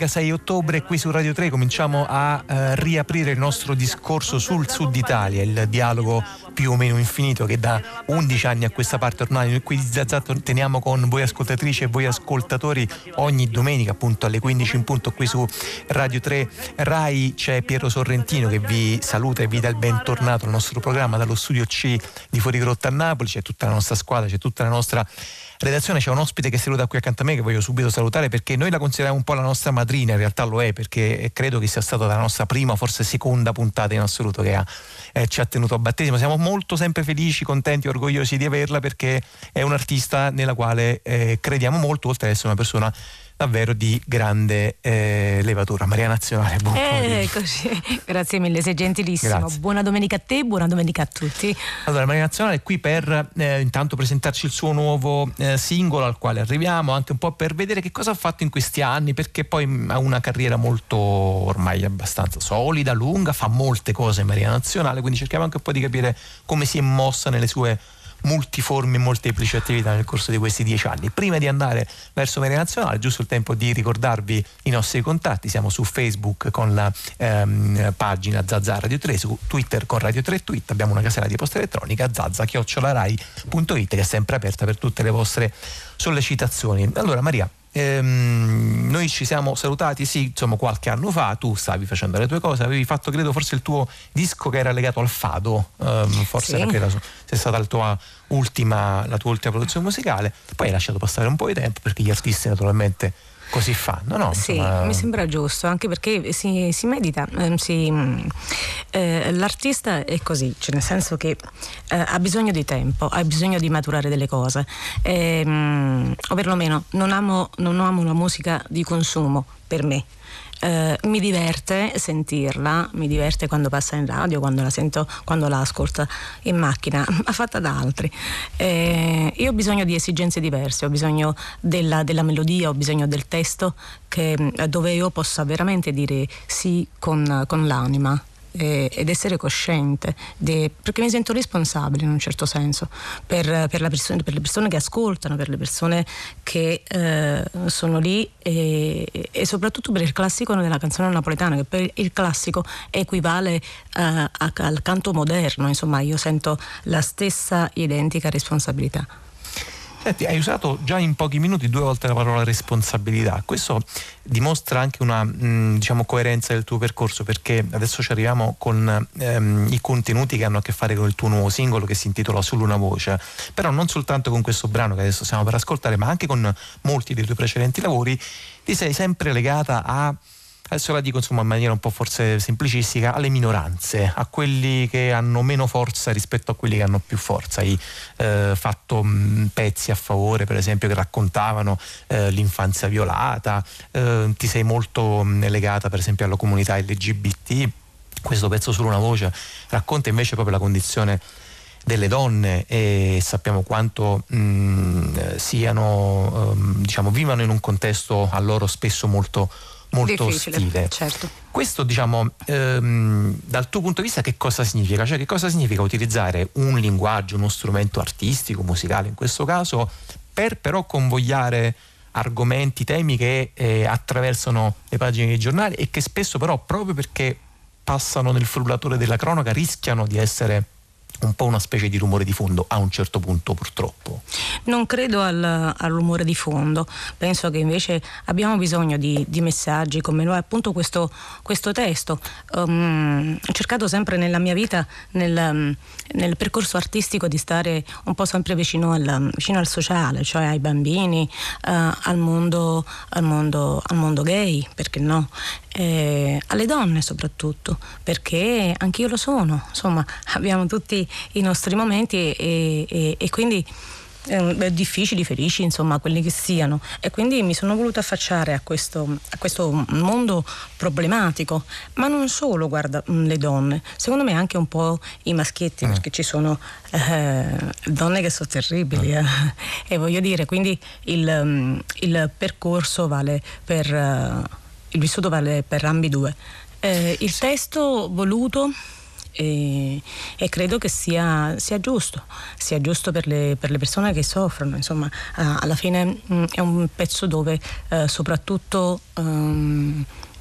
domenica 6 ottobre qui su Radio 3 cominciamo a riaprire il nostro discorso sul Sud Italia, il dialogo più o meno infinito che da 11 anni a questa parte ormai noi qui di Zazzato teniamo con voi ascoltatrici e voi ascoltatori ogni domenica appunto alle 15 in punto qui su Radio 3 Rai. C'è Piero Sorrentino che vi saluta e vi dà il bentornato al nostro programma dallo studio C di Fuorigrotta a Napoli. C'è tutta la nostra squadra, c'è tutta la nostra redazione, c'è un ospite che saluta qui accanto a me che voglio subito salutare perché noi la consideriamo un po' la nostra madrina, in realtà lo è perché credo che sia stata la nostra prima, forse seconda puntata in assoluto che ci ha tenuto a battesimo. Siamo molto sempre felici, contenti, orgogliosi di averla perché è un'artista nella quale crediamo molto, oltre ad essere una persona davvero di grande levatura. Maria Nazionale, buon pomeriggio. Eccoci, grazie mille, sei gentilissimo. Grazie. Buona domenica a te, buona domenica a tutti. Allora, Maria Nazionale è qui per intanto presentarci il suo nuovo singolo al quale arriviamo, anche un po' per vedere che cosa ha fatto in questi anni, perché poi ha una carriera molto ormai abbastanza solida, lunga, fa molte cose Maria Nazionale, quindi cerchiamo anche un po' di capire come si è mossa nelle sue multiformi e molteplici attività nel corso di questi 10 anni. Prima di andare verso Maria Nazionale, giusto il tempo di ricordarvi i nostri contatti. Siamo su Facebook con la pagina Zazza Radio 3, su Twitter con Radio 3 Tweet, abbiamo una casella di posta elettronica zazza@rai.it che è sempre aperta per tutte le vostre sollecitazioni. Allora Maria, noi ci siamo salutati insomma qualche anno fa, tu stavi facendo le tue cose, avevi fatto credo forse il tuo disco che era legato al fado, forse sì. era sei stata la tua ultima produzione musicale, poi hai lasciato passare un po' di tempo perché gli artisti naturalmente così fanno, no? Sì, Insomma, mi sembra giusto, anche perché si medita, l'artista è così, cioè nel senso che ha bisogno di tempo, ha bisogno di maturare delle cose, o perlomeno non amo la musica di consumo per me. Mi diverte sentirla, mi diverte quando passa in radio, quando la sento, quando la ascolta in macchina, ma fatta da altri. Io ho bisogno di esigenze diverse, ho bisogno della melodia, ho bisogno del testo dove io possa veramente dire sì con l'anima. Ed essere cosciente perché mi sento responsabile in un certo senso per le persone che ascoltano, per le persone che sono lì e soprattutto per il classico della canzone napoletana, che per il classico equivale al canto moderno. Insomma, io sento la stessa identica responsabilità. Senti, hai usato già in pochi minuti 2 volte la parola responsabilità. Questo dimostra anche una coerenza del tuo percorso, perché adesso ci arriviamo con i contenuti che hanno a che fare con il tuo nuovo singolo che si intitola Solo una voce, però non soltanto con questo brano che adesso stiamo per ascoltare, ma anche con molti dei tuoi precedenti lavori ti sei sempre legata adesso la dico insomma in maniera un po' forse semplicistica, alle minoranze, a quelli che hanno meno forza rispetto a quelli che hanno più forza. Hai fatto pezzi a favore, per esempio, che raccontavano l'infanzia violata, ti sei molto legata per esempio alla comunità LGBT. Questo pezzo Solo una voce racconta invece proprio la condizione delle donne e sappiamo quanto siano vivano in un contesto a loro spesso molto difficile, ostile. certo. Questo dal tuo punto di vista che cosa significa? Cioè che cosa significa utilizzare un linguaggio, uno strumento artistico, musicale in questo caso, per però convogliare argomenti, temi che attraversano le pagine dei giornali e che spesso però proprio perché passano nel frullatore della cronaca rischiano di essere un po' una specie di rumore di fondo a un certo punto, purtroppo. Non credo al rumore di fondo, penso che invece abbiamo bisogno di messaggi come lo è appunto questo testo. Ho cercato sempre nella mia vita, nel percorso artistico, di stare un po' sempre vicino al sociale, cioè ai bambini, al mondo gay, perché no? Alle donne soprattutto, perché anch'io lo sono, insomma abbiamo tutti i nostri momenti e quindi difficili, felici, insomma quelli che siano, e quindi mi sono voluta affacciare a questo mondo problematico, ma non solo, guarda, le donne, secondo me anche un po' i maschietti, perché ci sono donne che sono terribili e voglio dire, quindi il percorso vale per il vissuto vale per ambidue. Il testo voluto e credo che sia giusto per le persone che soffrono, insomma alla fine è un pezzo dove soprattutto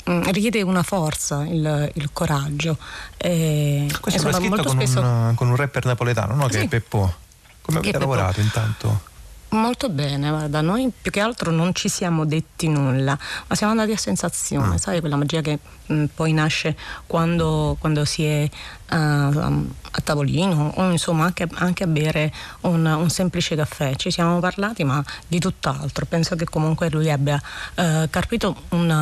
richiede una forza il coraggio. Questo l'ha scritto con un rapper napoletano, no? Che sì. è Peppo. Come avete lavorato intanto? Molto bene, guarda, noi più che altro non ci siamo detti nulla, ma siamo andati a sensazione, sai, quella magia che poi nasce quando si è a tavolino o insomma anche a bere un semplice caffè. Ci siamo parlati, ma di tutt'altro. Penso che comunque lui abbia carpito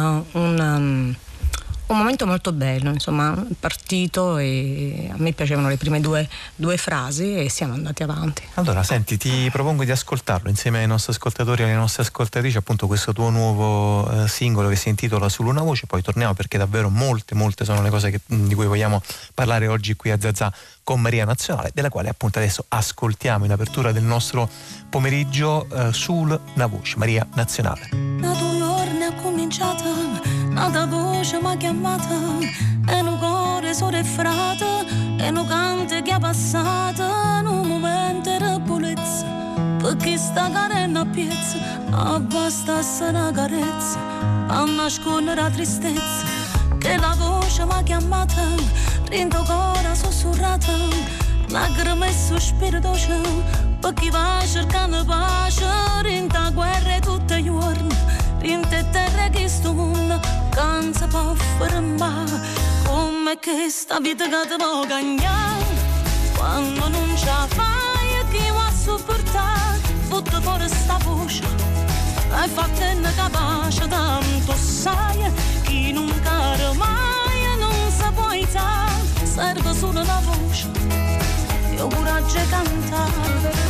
un momento molto bello, insomma, partito, e a me piacevano le prime due frasi e siamo andati avanti. Allora, senti, ti propongo di ascoltarlo insieme ai nostri ascoltatori e alle nostre ascoltatrici, appunto questo tuo nuovo singolo che si intitola Solo una voce, poi torniamo perché davvero molte sono le cose di cui vogliamo parlare oggi qui a Zazà con Maria Nazionale, della quale appunto adesso ascoltiamo in apertura del nostro pomeriggio Solo una voce, Maria Nazionale. Da 2 giorni è cominciata, nata voce m'ha chiamata, e un cuore sorreffrato, e un canto che è passato, in un momento di pulizia, perché sta carena a piezza, abbastasse una carezza, a nascondere la tristezza, che la voce m'ha chiamata, dentro cuore sussurrata, lacrime e sospiro dolce, perché va cercando pace, dentro la guerra tutti i giorni, dentro terra che sto mondo non si può fermare, come che sta vita che ti può cagnare, quando non ce la fai chi va a sopportare, butta fuori sta voce, hai fatto una capace, tanto sai, chi non cara mai non si può aiutare, serve solo una voce, io coraggio e cantare.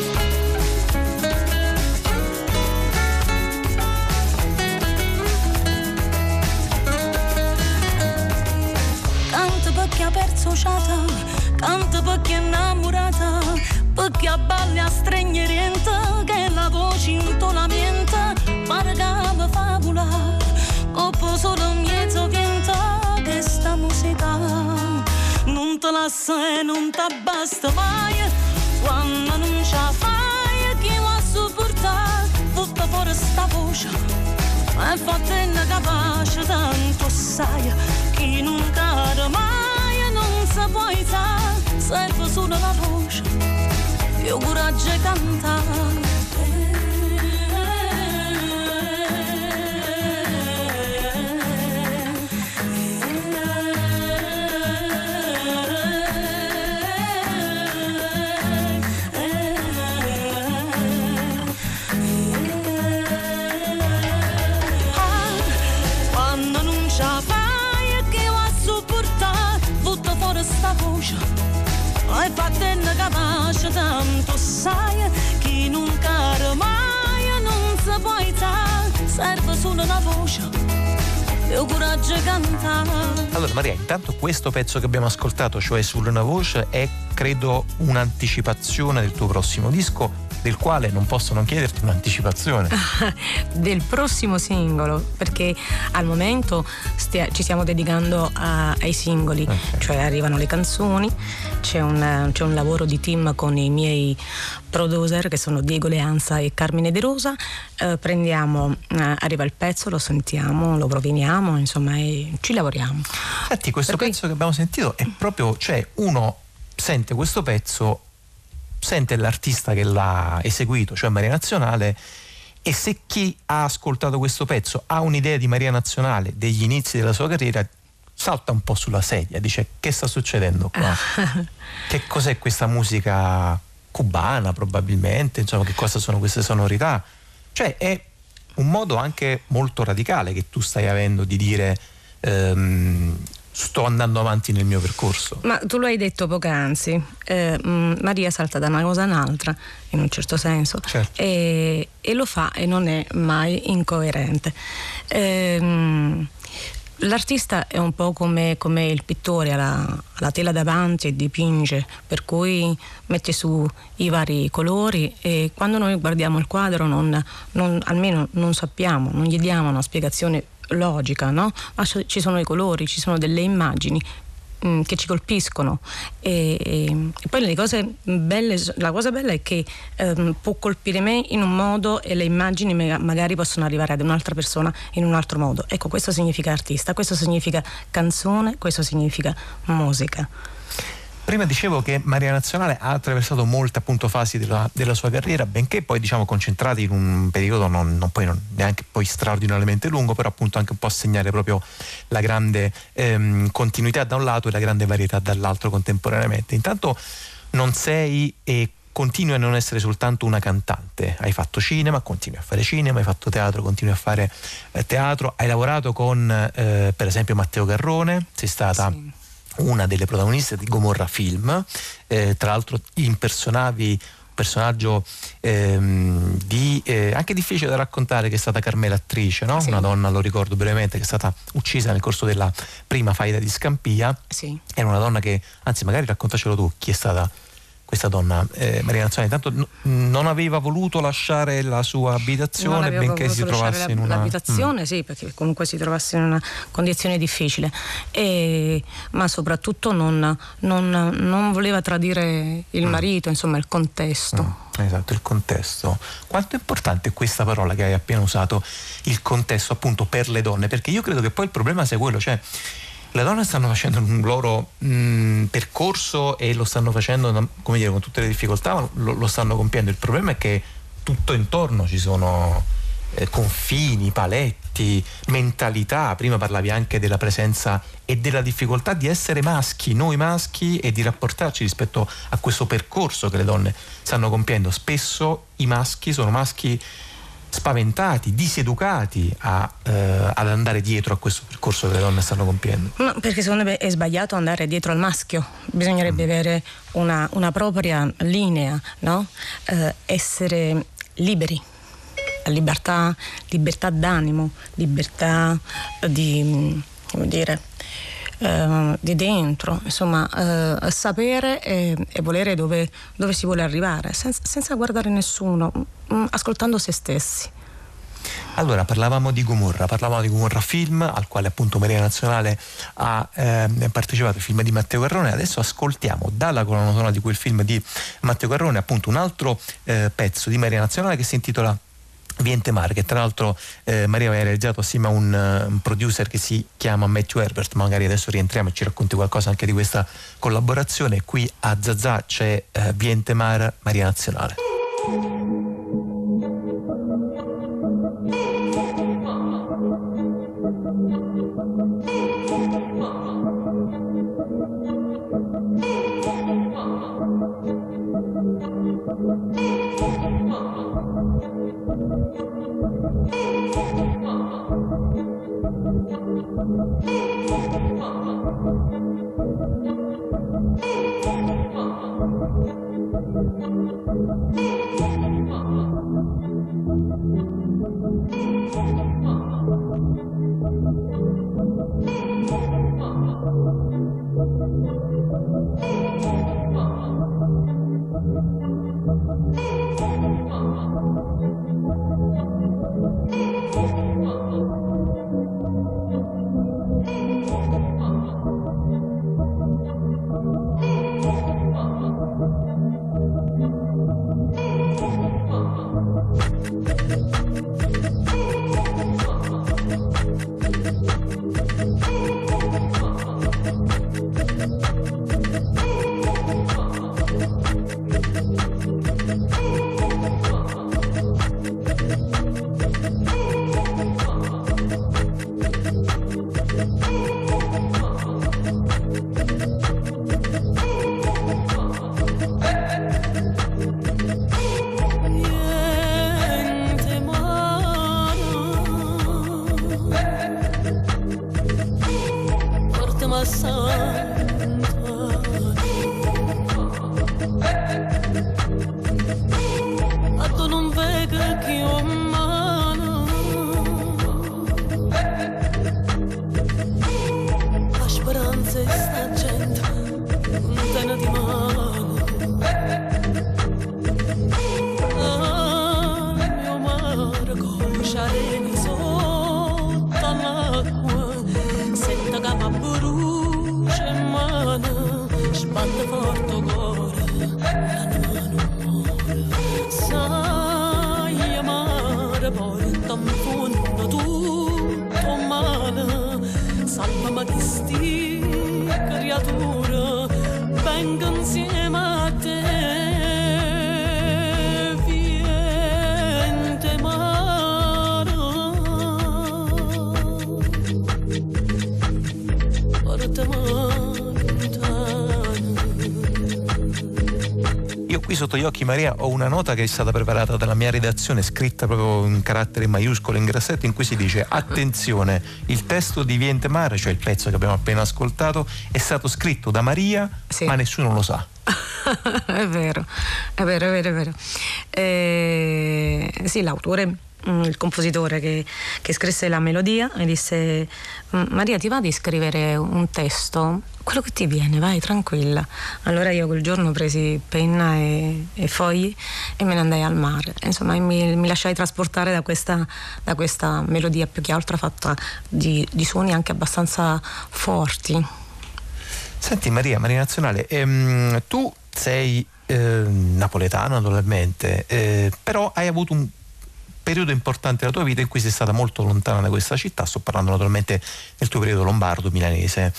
Perché ha perso ciata, canta perché è innamorata, perché a balli a stringeriente, che la voce intolamenta, pare che mi fa volare, coppo solo mezzo vento, che sta musica non te lascia e non ti abbasta mai, quando non ce la fai, chi va a sopportare, butta fuori sta voce, è fatta incapace, tanto sai, chi non cade mai, se vuoi serve solo la voce, io coraggio e cantare. Quando non ce la fai, che va a sopportare, butta fuori sta voce, hai fatto una capace, tanto sai, chi non cara mai non si può aiutare, serve solo una voce, io coraggio e cantare. Allora Maria, intanto questo pezzo che abbiamo ascoltato, cioè Solo una voce, è credo un'anticipazione del tuo prossimo disco, del quale non posso non chiederti un'anticipazione del prossimo singolo, perché al momento ci stiamo dedicando ai singoli, okay. Cioè arrivano le canzoni, c'è un lavoro di team con i miei producer che sono Diego Leanza e Carmine De Rosa, arriva il pezzo, lo sentiamo, lo proveniamo, insomma, e ci lavoriamo. Senti, questo pezzo che abbiamo sentito è proprio, cioè uno sente questo pezzo, sente l'artista che l'ha eseguito, cioè Maria Nazionale, e se chi ha ascoltato questo pezzo ha un'idea di Maria Nazionale, degli inizi della sua carriera, salta un po' sulla sedia, dice: che sta succedendo qua? Che cos'è questa musica cubana probabilmente, insomma, che cosa sono queste sonorità? Cioè è un modo anche molto radicale che tu stai avendo di dire sto andando avanti nel mio percorso. Ma tu lo hai detto poc'anzi, Maria salta da una cosa all'altra in un certo senso, certo. E lo fa e non è mai incoerente. L'artista è un po' come il pittore, ha la tela davanti e dipinge, per mette su i vari colori, e quando noi guardiamo il quadro almeno non sappiamo, non gli diamo una spiegazione logica, no? Ma ci sono i colori, ci sono delle immagini, che ci colpiscono e poi le cose belle, la cosa bella è che può colpire me in un modo e le immagini magari possono arrivare ad un'altra persona in un altro modo. Ecco, questo significa artista, questo significa canzone, questo significa musica. Prima dicevo che Maria Nazionale ha attraversato molte appunto fasi della sua carriera, benché poi diciamo concentrati in un periodo non neanche poi straordinariamente lungo, però appunto anche un po' a segnare proprio la grande continuità da un lato e la grande varietà dall'altro contemporaneamente. Intanto non sei e continui a non essere soltanto una cantante, hai fatto cinema, continui a fare cinema, hai fatto teatro, continui a fare teatro, hai lavorato con per esempio Matteo Garrone, sei stata una delle protagoniste di Gomorra Film, tra l'altro impersonavi un personaggio anche difficile da raccontare, che è stata Carmela Attrice, no? Sì. Una donna, lo ricordo brevemente, che è stata uccisa nel corso della prima faida di Scampia. Sì. Era una donna che, anzi magari raccontacelo tu, chi è stata questa donna, Maria Nazionale. Intanto non aveva voluto lasciare la sua abitazione, benché si trovasse in una l'abitazione, sì, perché comunque si trovasse in una condizione difficile, ma soprattutto non voleva tradire il marito, insomma il contesto. Esatto, il contesto. Quanto è importante questa parola che hai appena usato, il contesto, appunto, per le donne? Perché io credo che poi il problema sia quello, cioè le donne stanno facendo un loro percorso e lo stanno facendo, come dire, con tutte le difficoltà, ma lo stanno compiendo. Il problema è che tutto intorno ci sono confini, paletti, mentalità. Prima parlavi anche della presenza e della difficoltà di essere maschi, noi maschi, e di rapportarci rispetto a questo percorso che le donne stanno compiendo. Spesso i maschi sono maschi spaventati, diseducati ad andare dietro a questo percorso che le donne stanno compiendo. No, perché secondo me è sbagliato andare dietro al maschio, bisognerebbe avere una propria linea, no? Essere liberi, libertà d'animo, libertà di, come dire, di dentro, insomma, sapere e volere dove si vuole arrivare, senza guardare nessuno, ascoltando se stessi. Allora, parlavamo di Gomorra Film, al quale appunto Maria Nazionale ha partecipato, il film di Matteo Garrone. Adesso ascoltiamo dalla colonna sonora di quel film di Matteo Garrone appunto un altro pezzo di Maria Nazionale che si intitola Viente Mare, che tra l'altro Maria aveva realizzato assieme a un producer che si chiama Matthew Herbert. Magari adesso rientriamo e ci racconti qualcosa anche di questa collaborazione. Qui a Zazà c'è Viente Mare, Maria Nazionale. Senta che mi brucia batte forte cuore, sai amare porta in fondo tutto male, salvami di sti creatura, venga insieme a te. Io qui sotto gli occhi, Maria, ho una nota che è stata preparata dalla mia redazione, scritta proprio in caratteri maiuscoli in grassetto, in cui si dice: attenzione, il testo di Viente Mare, cioè il pezzo che abbiamo appena ascoltato, è stato scritto da Maria, sì, ma nessuno lo sa. È vero. Sì, l'autore, il compositore che scrisse la melodia, mi disse: Maria, ti va di scrivere un testo? Quello che ti viene, vai tranquilla. Allora io quel giorno presi penna e fogli e me ne andai al mare. Insomma, mi lasciai trasportare da questa melodia, più che altro fatta di suoni anche abbastanza forti. Senti Maria Nazionale, tu sei napoletana naturalmente, però hai avuto un periodo importante della tua vita in cui sei stata molto lontana da questa città. Sto parlando naturalmente del tuo periodo lombardo milanese.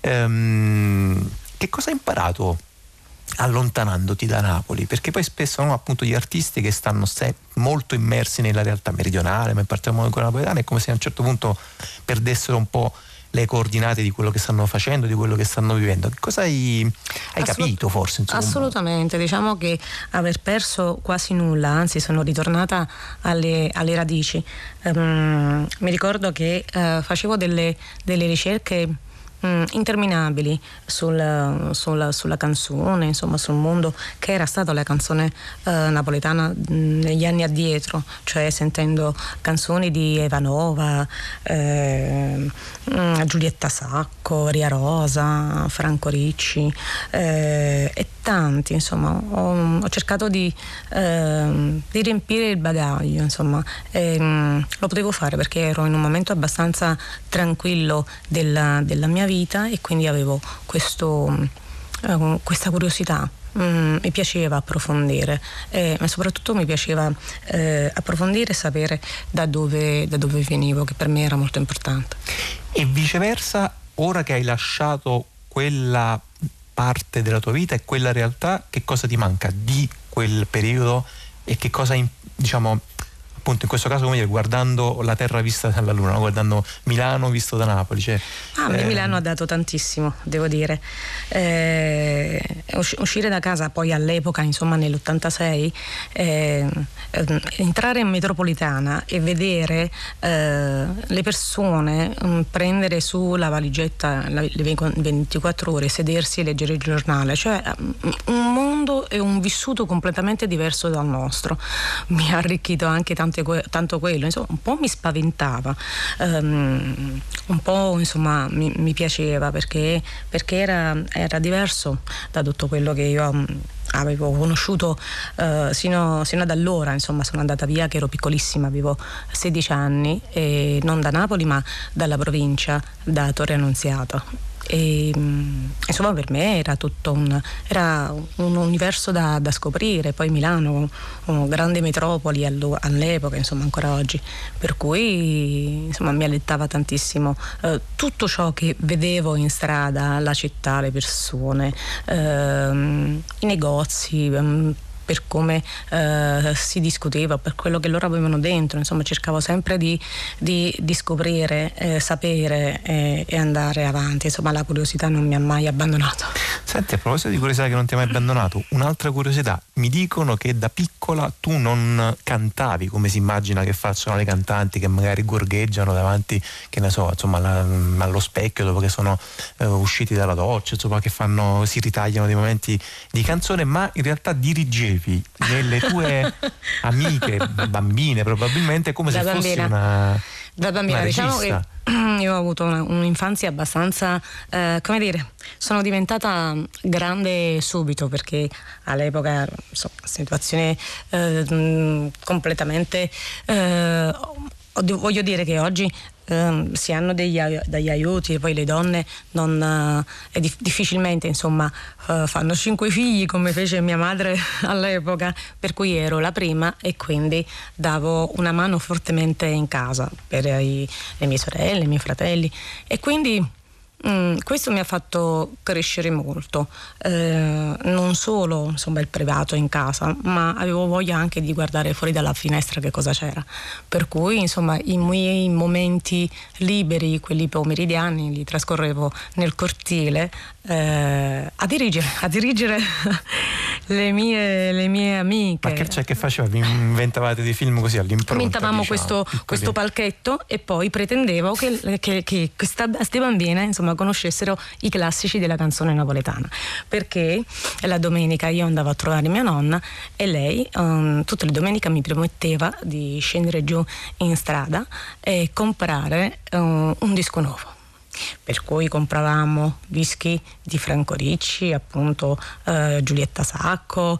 Che cosa hai imparato allontanandoti da Napoli? Perché poi spesso, no, appunto, gli artisti che stanno molto immersi nella realtà meridionale, ma in particolar modo quella napoletana, è come se a un certo punto perdessero un po' le coordinate di quello che stanno facendo, di quello che stanno vivendo. Che cosa hai capito forse? Insomma? Assolutamente, diciamo che aver perso quasi nulla, anzi sono ritornata alle radici. Mi ricordo che facevo delle ricerche interminabili sulla canzone, insomma sul mondo che era stata la canzone napoletana negli anni addietro, cioè sentendo canzoni di Evanova, Giulietta Sacco, Ria Rosa, Franco Ricci e tanti, insomma. Ho cercato di riempire il bagaglio, insomma, lo potevo fare perché ero in un momento abbastanza tranquillo della mia vita e quindi avevo questa curiosità. Mi piaceva approfondire, ma soprattutto mi piaceva approfondire e sapere da dove venivo, che per me era molto importante. E viceversa, ora che hai lasciato quella parte della tua vita e quella realtà, che cosa ti manca di quel periodo e che cosa, diciamo, appunto in questo caso, come dire, guardando la terra vista dalla luna, no? Guardando Milano visto da Napoli, cioè, Milano ha dato tantissimo, devo dire. Uscire da casa poi all'epoca, insomma nell'86, entrare in metropolitana e vedere le persone prendere su la valigetta le 24 ore, sedersi e leggere il giornale, cioè un mondo e un vissuto completamente diverso dal nostro. Mi ha arricchito anche tanto quello, insomma, un po' mi spaventava, un po' insomma mi piaceva perché era diverso da tutto quello che io avevo conosciuto sino ad allora. Insomma, sono andata via che ero piccolissima, avevo 16 anni, e non da Napoli ma dalla provincia, da Torre Annunziata. E insomma per me era tutto un universo da scoprire. Poi Milano, una grande metropoli all'epoca, insomma ancora oggi, per cui insomma mi allettava tantissimo tutto ciò che vedevo in strada, la città, le persone, i negozi, per come si discuteva, per quello che loro avevano dentro. Insomma, cercavo sempre di scoprire, sapere e andare avanti. Insomma, la curiosità non mi ha mai abbandonato. Senti, a proposito di curiosità che non ti ha mai abbandonato, un'altra curiosità: mi dicono che da piccola tu non cantavi come si immagina che facciano le cantanti, che magari gorgheggiano davanti, che ne so, insomma, allo specchio dopo che sono usciti dalla doccia, insomma, che si ritagliano dei momenti di canzone, ma in realtà dirigevi nelle tue amiche, bambine probabilmente, come se fossi una diciamo che io ho avuto un'infanzia abbastanza, come dire, sono diventata grande subito, perché all'epoca situazione completamente voglio dire che oggi si hanno degli aiuti, poi le donne difficilmente insomma fanno 5 figli come fece mia madre all'epoca, per cui ero la prima e quindi davo una mano fortemente in casa per le mie sorelle, i miei fratelli, e quindi questo mi ha fatto crescere molto, non solo insomma il privato in casa, ma avevo voglia anche di guardare fuori dalla finestra che cosa c'era, per cui insomma i miei momenti liberi, quelli pomeridiani, li trascorrevo nel cortile a dirigere le mie amiche. Ma che c'è che facevi? Inventavate dei film così all'impronta? Inventavamo diciamo, questo palchetto e poi pretendevo che queste bambine insomma conoscessero i classici della canzone napoletana, perché la domenica io andavo a trovare mia nonna e lei tutte le domeniche mi prometteva di scendere giù in strada e comprare un disco nuovo. Per cui compravamo dischi di Franco Ricci, appunto Giulietta Sacco,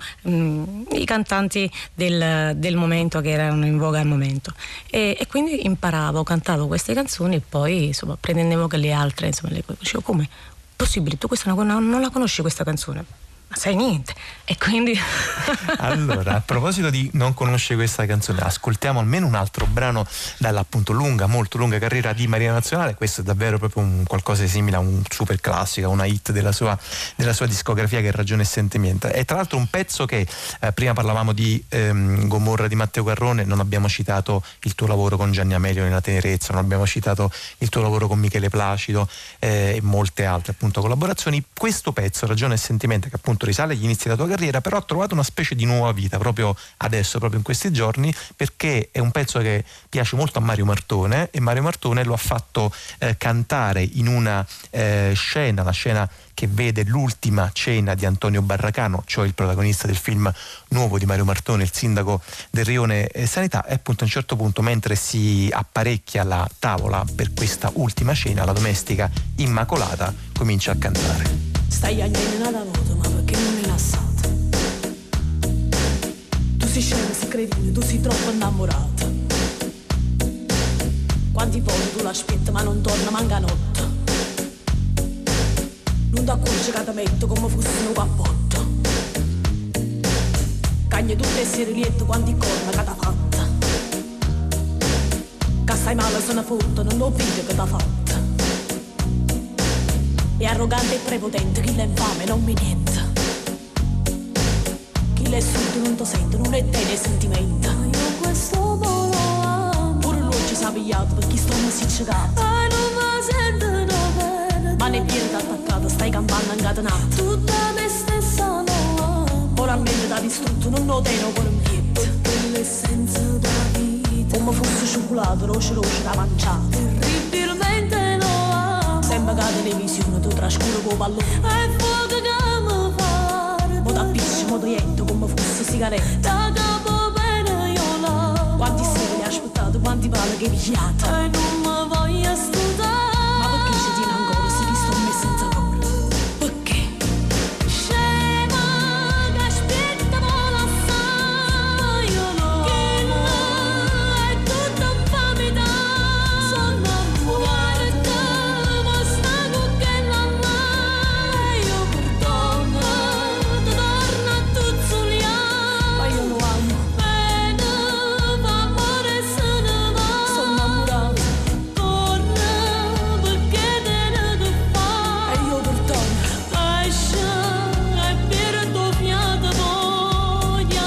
i cantanti del momento che erano in voga al momento, e quindi imparavo, cantavo queste canzoni e poi insomma pretendevo che le altre insomma le dicevo: come possibile, tu questa non la conosci questa canzone? Ma sai niente. E quindi allora, a proposito di non conoscere questa canzone, ascoltiamo almeno un altro brano dalla appunto molto lunga carriera di Maria Nazionale. Questo è davvero proprio qualcosa di simile a un super classico, una hit della sua discografia, che è Ragione e Sentimento. E tra l'altro un pezzo che prima parlavamo di Gomorra di Matteo Garrone, non abbiamo citato il tuo lavoro con Gianni Amelio nella tenerezza, non abbiamo citato il tuo lavoro con Michele Placido e molte altre appunto collaborazioni. Questo pezzo, Ragione e Sentimento, che appunto risale agli inizi della tua carriera, però ha trovato una specie di nuova vita proprio adesso, proprio in questi giorni, perché è un pezzo che piace molto a Mario Martone, e Mario Martone lo ha fatto cantare in una scena, la scena che vede l'ultima cena di Antonio Barracano, cioè il protagonista del film nuovo di Mario Martone, il sindaco del Rione Sanità. E appunto a un certo punto, mentre si apparecchia la tavola per questa ultima cena, la domestica Immacolata comincia a cantare. Stai allenando da voto, ma perché non è rilassata? Tu sei scema, sei cretino, tu sei troppo innamorata. Quanti volte tu l'aspetti ma non torna manca notte. Non ti accorgi che ti metto come fosse un cappotto. Cagni tutte e serietto quanti corna che t'ha fatta. Che stai male se ne fotte, non lo figlio che t'ha fatta. È arrogante e prepotente, chi l'è infame non mi niente. Chi l'è surdo non ti sente, non è te ne sentimento. Io questo modo amo. Pure lui ci sa pigliato perché sto non si ciecato. E non mi sento bene. Ma ne piedi attaccata, stai campando incatenato. Tutta me stessa non amo. Moralmente da distrutto, non lo tengo con un piede. Perché l'essenza della vita, come fosse cioccolato, roce da mangiare. terribilmente non amo. Sembra che la televisione tu trascuri con pallone. È fuoco che mi fa. Mo t'appisci, mo toglietto come fosse sigaretta. Da capo bene io l'amo. Quanti secoli aspettato, quanti pali che pigliate. E non mi voglio stutare. Ma perché ci tiene ancora se ti sto messo senza cuore? Perché? Scema che aspetta vola assai. Io no. Che là è tutta infamità. Sono innamorata, ma sta con che la là. E io perdono, ti torno a tuzzuliare. Ma io lo amo, Bene, fa amore se ne va. sono innamorato. Torna perché te ne che fa. E io perdono. Lascia e per tuo fiato voglio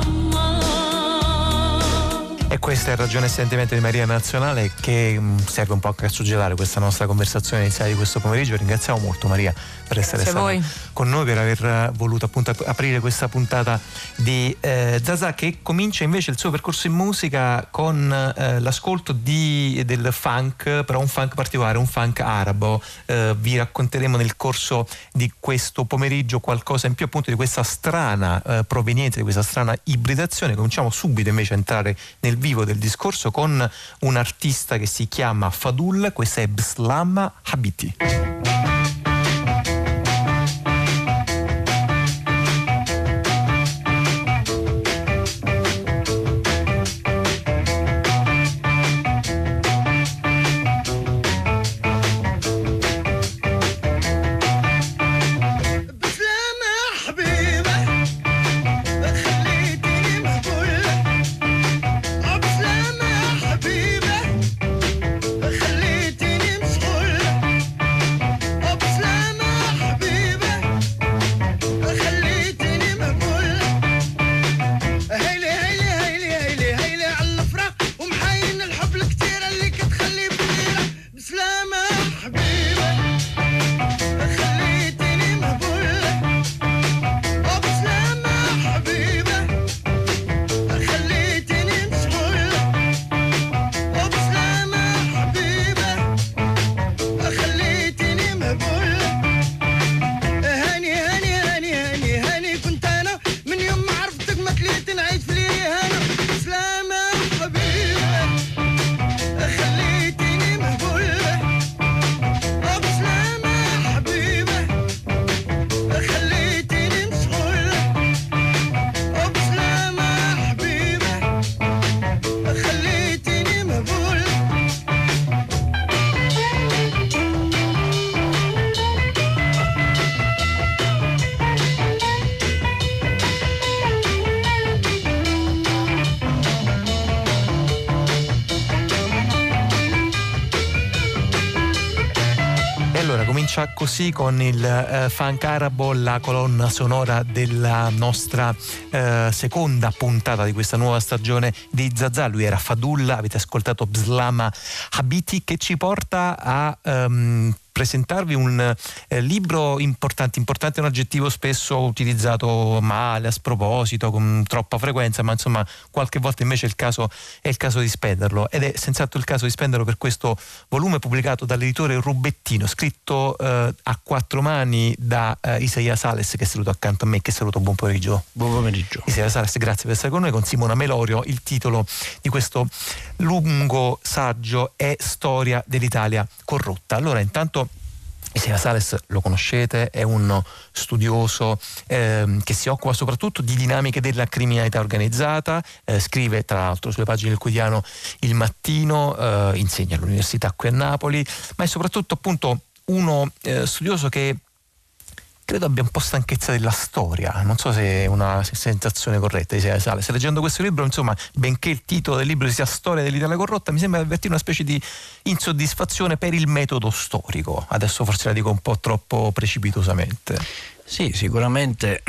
amare. E questa è Ragione e Sentimento di Maria Nazionale, che serve un po' a suggellare questa nostra conversazione iniziale di questo pomeriggio. Ringraziamo molto Maria per essere stata voi. con noi, per aver voluto appunto aprire questa puntata di Zazà, che comincia invece il suo percorso in musica con l'ascolto del funk, però un funk particolare, un funk arabo. Vi racconteremo nel corso di questo pomeriggio qualcosa in più appunto di questa strana provenienza, di questa strana ibridazione. Cominciamo subito invece a entrare nel vivo del discorso con un artista che si chiama Fadul. Questa è Bslam Habiti. allora comincia così con il funk arabo, la colonna sonora della nostra seconda puntata di questa nuova stagione di Zazà. Lui era Fadulla, avete ascoltato Bslama Habiti, che ci porta a presentarvi un libro importante è un aggettivo spesso utilizzato male, a sproposito, con troppa frequenza, ma insomma qualche volta invece è il caso di spenderlo, ed è senz'altro il caso di spenderlo per questo volume pubblicato dall'editore Rubettino, scritto a quattro mani da Isaia Sales, che saluto accanto a me, che saluto, buon pomeriggio. Buon pomeriggio. Isaia Sales, grazie per essere con noi. Con Simona Melorio, il titolo di questo lungo saggio è Storia dell'Italia corrotta. Allora, intanto Isaia Sales lo conoscete, è uno studioso che si occupa soprattutto di dinamiche della criminalità organizzata, scrive tra l'altro sulle pagine del quotidiano Il Mattino, insegna all'università qui a Napoli, ma è soprattutto appunto uno studioso che credo abbia un po' stanchezza della storia, non so se è una sensazione corretta di Isaia Sales. Leggendo questo libro, insomma, benché il titolo del libro sia Storia dell'Italia corrotta, mi sembra avvertire una specie di insoddisfazione per il metodo storico. Adesso forse la dico un po' troppo precipitosamente. Sì, sicuramente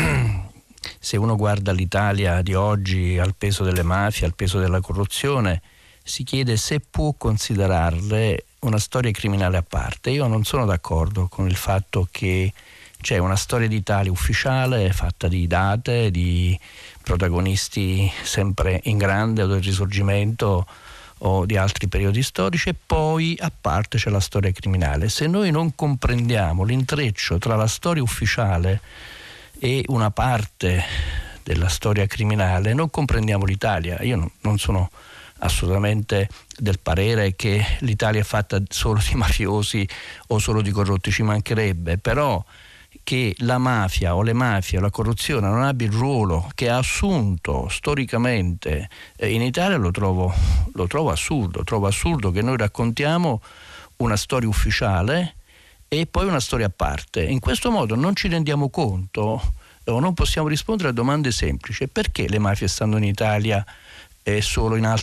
se uno guarda l'Italia di oggi al peso delle mafie, al peso della corruzione, si chiede se può considerarle una storia criminale a parte. Io non sono d'accordo con il fatto che c'è una storia d'Italia ufficiale fatta di date, di protagonisti sempre in grande o del Risorgimento o di altri periodi storici, e poi a parte c'è la storia criminale. Se noi non comprendiamo l'intreccio tra la storia ufficiale e una parte della storia criminale, non comprendiamo l'Italia. Io non sono assolutamente del parere che l'Italia è fatta solo di mafiosi o solo di corrotti, ci mancherebbe, però che la mafia o le mafie o la corruzione non abbia il ruolo che ha assunto storicamente in Italia lo trovo assurdo. Trovo assurdo che noi raccontiamo una storia ufficiale e poi una storia a parte. In questo modo non ci rendiamo conto o non possiamo rispondere a domande semplici: perché le mafie stanno in Italia e solo in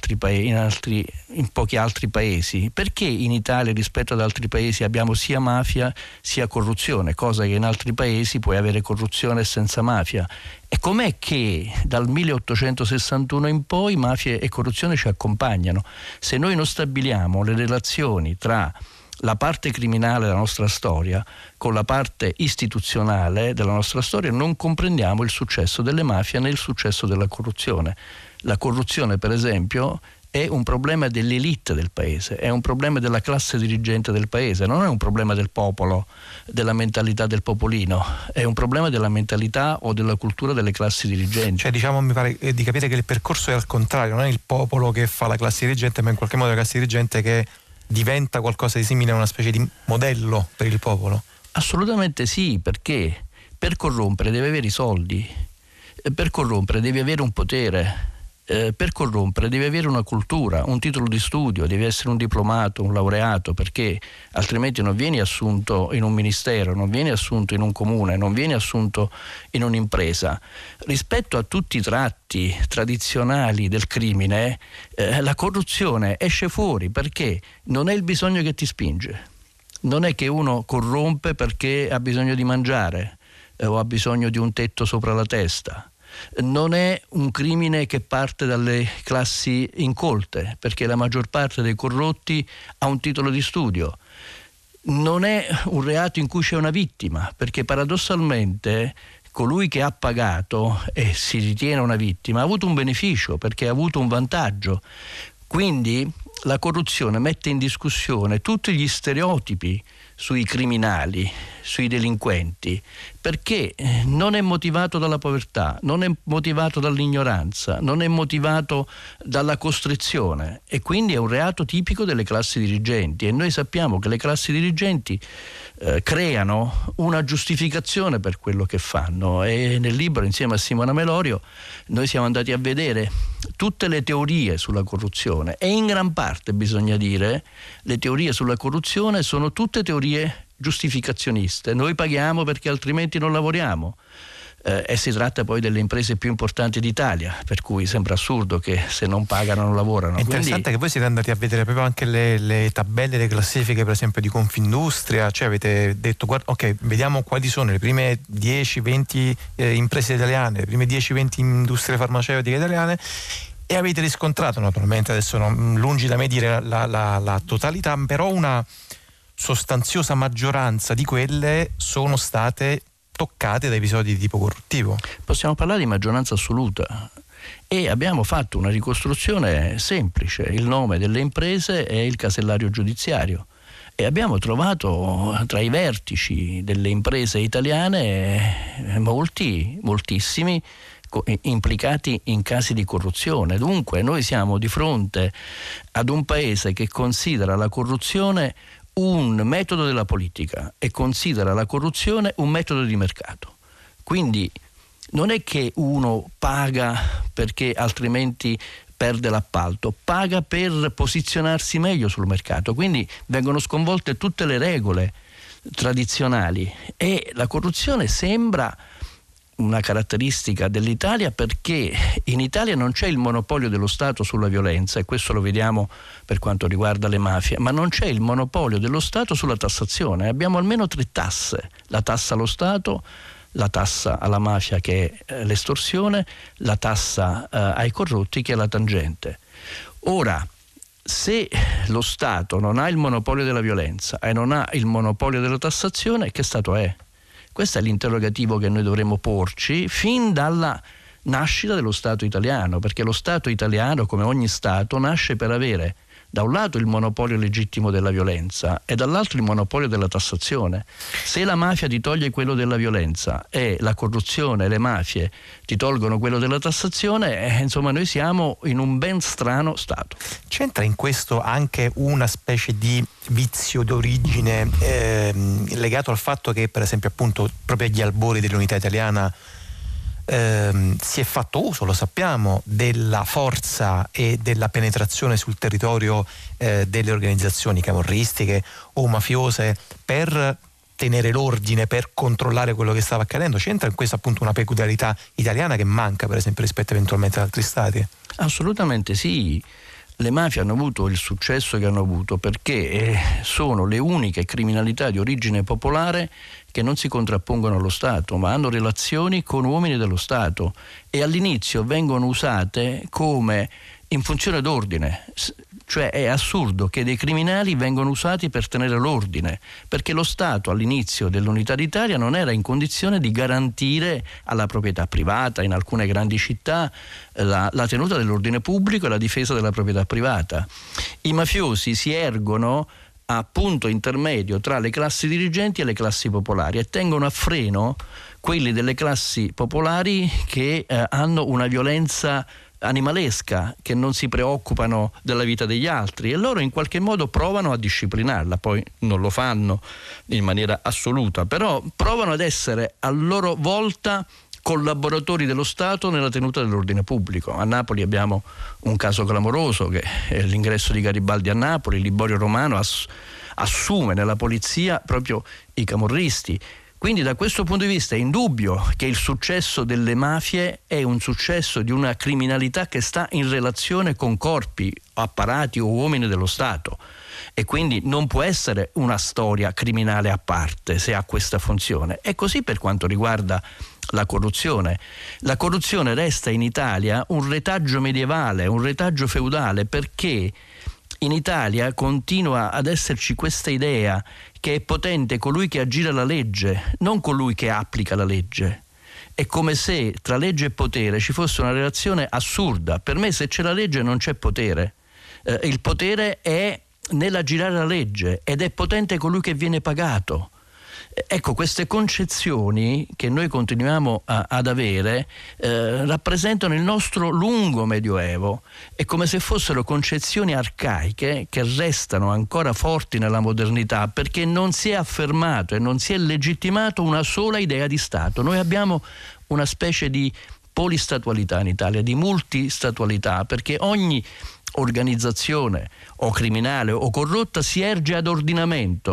pochi altri paesi? Perché in Italia rispetto ad altri paesi abbiamo sia mafia sia corruzione, cosa che in altri paesi puoi avere corruzione senza mafia? E com'è che dal 1861 in poi mafia e corruzione ci accompagnano? Se noi non stabiliamo le relazioni tra la parte criminale della nostra storia con la parte istituzionale della nostra storia, non comprendiamo il successo delle mafie né il successo della corruzione. La corruzione, per esempio, è un problema dell'elite del paese, è un problema della classe dirigente del paese, non è un problema del popolo, della mentalità del popolino, è un problema della mentalità o della cultura delle classi dirigenti. Cioè, diciamo, mi pare di capire che il percorso è al contrario, non è il popolo che fa la classe dirigente, ma in qualche modo la classe dirigente che diventa qualcosa di simile a una specie di modello per il popolo. Assolutamente sì, perché per corrompere devi avere i soldi, per corrompere devi avere un potere, per corrompere devi avere una cultura, un titolo di studio, devi essere un diplomato, un laureato, perché altrimenti non vieni assunto in un ministero, non vieni assunto in un comune, non vieni assunto in un'impresa. Rispetto a tutti i tratti tradizionali del crimine, la corruzione esce fuori perché non è il bisogno che ti spinge. Non è che uno corrompe perché ha bisogno di mangiare o ha bisogno di un tetto sopra la testa. Non è un crimine che parte dalle classi incolte, perché la maggior parte dei corrotti ha un titolo di studio. Non è un reato in cui c'è una vittima, perché paradossalmente colui che ha pagato e si ritiene una vittima ha avuto un beneficio, perché ha avuto un vantaggio. Quindi la corruzione mette in discussione tutti gli stereotipi sui criminali, sui delinquenti, perché non è motivato dalla povertà, non è motivato dall'ignoranza, non è motivato dalla costrizione, e quindi è un reato tipico delle classi dirigenti, e noi sappiamo che le classi dirigenti creano una giustificazione per quello che fanno, e nel libro insieme a Simona Melorio noi siamo andati a vedere tutte le teorie sulla corruzione, e in gran parte, bisogna dire, le teorie sulla corruzione sono tutte teorie giustificazioniste. Noi paghiamo perché altrimenti non lavoriamo. e si tratta poi delle imprese più importanti d'Italia, per cui sembra assurdo che se non pagano non lavorano. È interessante che voi siete andati a vedere proprio anche le tabelle, le classifiche per esempio di Confindustria, cioè avete detto guarda, ok, vediamo quali sono le prime 10-20 imprese italiane, le prime 10-20 industrie farmaceutiche italiane, e avete riscontrato, naturalmente adesso lungi da me dire la totalità, però una sostanziosa maggioranza di quelle sono state toccate da episodi di tipo corruttivo. Possiamo parlare di maggioranza assoluta, e abbiamo fatto una ricostruzione semplice: il nome delle imprese e il casellario giudiziario, e abbiamo trovato tra i vertici delle imprese italiane moltissimi implicati in casi di corruzione. Dunque noi siamo di fronte ad un paese che considera la corruzione un metodo della politica e considera la corruzione un metodo di mercato. Quindi non è che uno paga perché altrimenti perde l'appalto, paga per posizionarsi meglio sul mercato, quindi vengono sconvolte tutte le regole tradizionali, e la corruzione sembra una caratteristica dell'Italia perché in Italia non c'è il monopolio dello Stato sulla violenza, e questo lo vediamo per quanto riguarda le mafie, ma non c'è il monopolio dello Stato sulla tassazione. Abbiamo almeno 3 tasse: la tassa allo Stato, la tassa alla mafia che è l'estorsione, la tassa ai corrotti che è la tangente. Ora, se lo Stato non ha il monopolio della violenza e non ha il monopolio della tassazione, che Stato è? Questo è l'interrogativo che noi dovremmo porci fin dalla nascita dello Stato italiano, perché lo Stato italiano, come ogni Stato, nasce per avere da un lato il monopolio legittimo della violenza e dall'altro il monopolio della tassazione. Se la mafia ti toglie quello della violenza e la corruzione e le mafie ti tolgono quello della tassazione, insomma noi siamo in un ben strano stato. C'entra in questo anche una specie di vizio d'origine legato al fatto che, per esempio, appunto proprio agli albori dell'unità italiana si è fatto uso, lo sappiamo, della forza e della penetrazione sul territorio delle organizzazioni camorristiche o mafiose per tenere l'ordine, per controllare quello che stava accadendo? C'entra in questo appunto una peculiarità italiana che manca, per esempio, rispetto eventualmente ad altri stati? Assolutamente sì. Le mafie hanno avuto il successo che hanno avuto perché sono le uniche criminalità di origine popolare che non si contrappongono allo Stato, ma hanno relazioni con uomini dello Stato, e all'inizio vengono usate come in funzione d'ordine. Cioè è assurdo che dei criminali vengono usati per tenere l'ordine, perché lo Stato all'inizio dell'Unità d'Italia non era in condizione di garantire alla proprietà privata, in alcune grandi città, la tenuta dell'ordine pubblico e la difesa della proprietà privata. I mafiosi si ergono a punto intermedio tra le classi dirigenti e le classi popolari e tengono a freno quelli delle classi popolari che hanno una violenza animalesca, che non si preoccupano della vita degli altri, e loro in qualche modo provano a disciplinarla. Poi non lo fanno in maniera assoluta, però provano ad essere a loro volta collaboratori dello Stato nella tenuta dell'ordine pubblico. A Napoli abbiamo un caso clamoroso che è l'ingresso di Garibaldi a Napoli. Liborio Romano assume nella polizia proprio i camorristi. Quindi da questo punto di vista è indubbio che il successo delle mafie è un successo di una criminalità che sta in relazione con corpi, apparati o uomini dello Stato, e quindi non può essere una storia criminale a parte se ha questa funzione. E così per quanto riguarda la corruzione. La corruzione resta in Italia un retaggio medievale, un retaggio feudale, perché in Italia continua ad esserci questa idea che è potente colui che aggira la legge, non colui che applica la legge. È come se tra legge e potere ci fosse una relazione assurda. Per me, se c'è la legge non c'è potere. Il potere è nell'aggirare la legge ed è potente colui che viene pagato. Ecco, queste concezioni che noi continuiamo ad avere rappresentano il nostro lungo Medioevo. È come se fossero concezioni arcaiche che restano ancora forti nella modernità, perché non si è affermato e non si è legittimato una sola idea di Stato. Noi abbiamo una specie di polistatualità in Italia, di multistatualità, perché ogni organizzazione o criminale o corrotta si erge ad ordinamento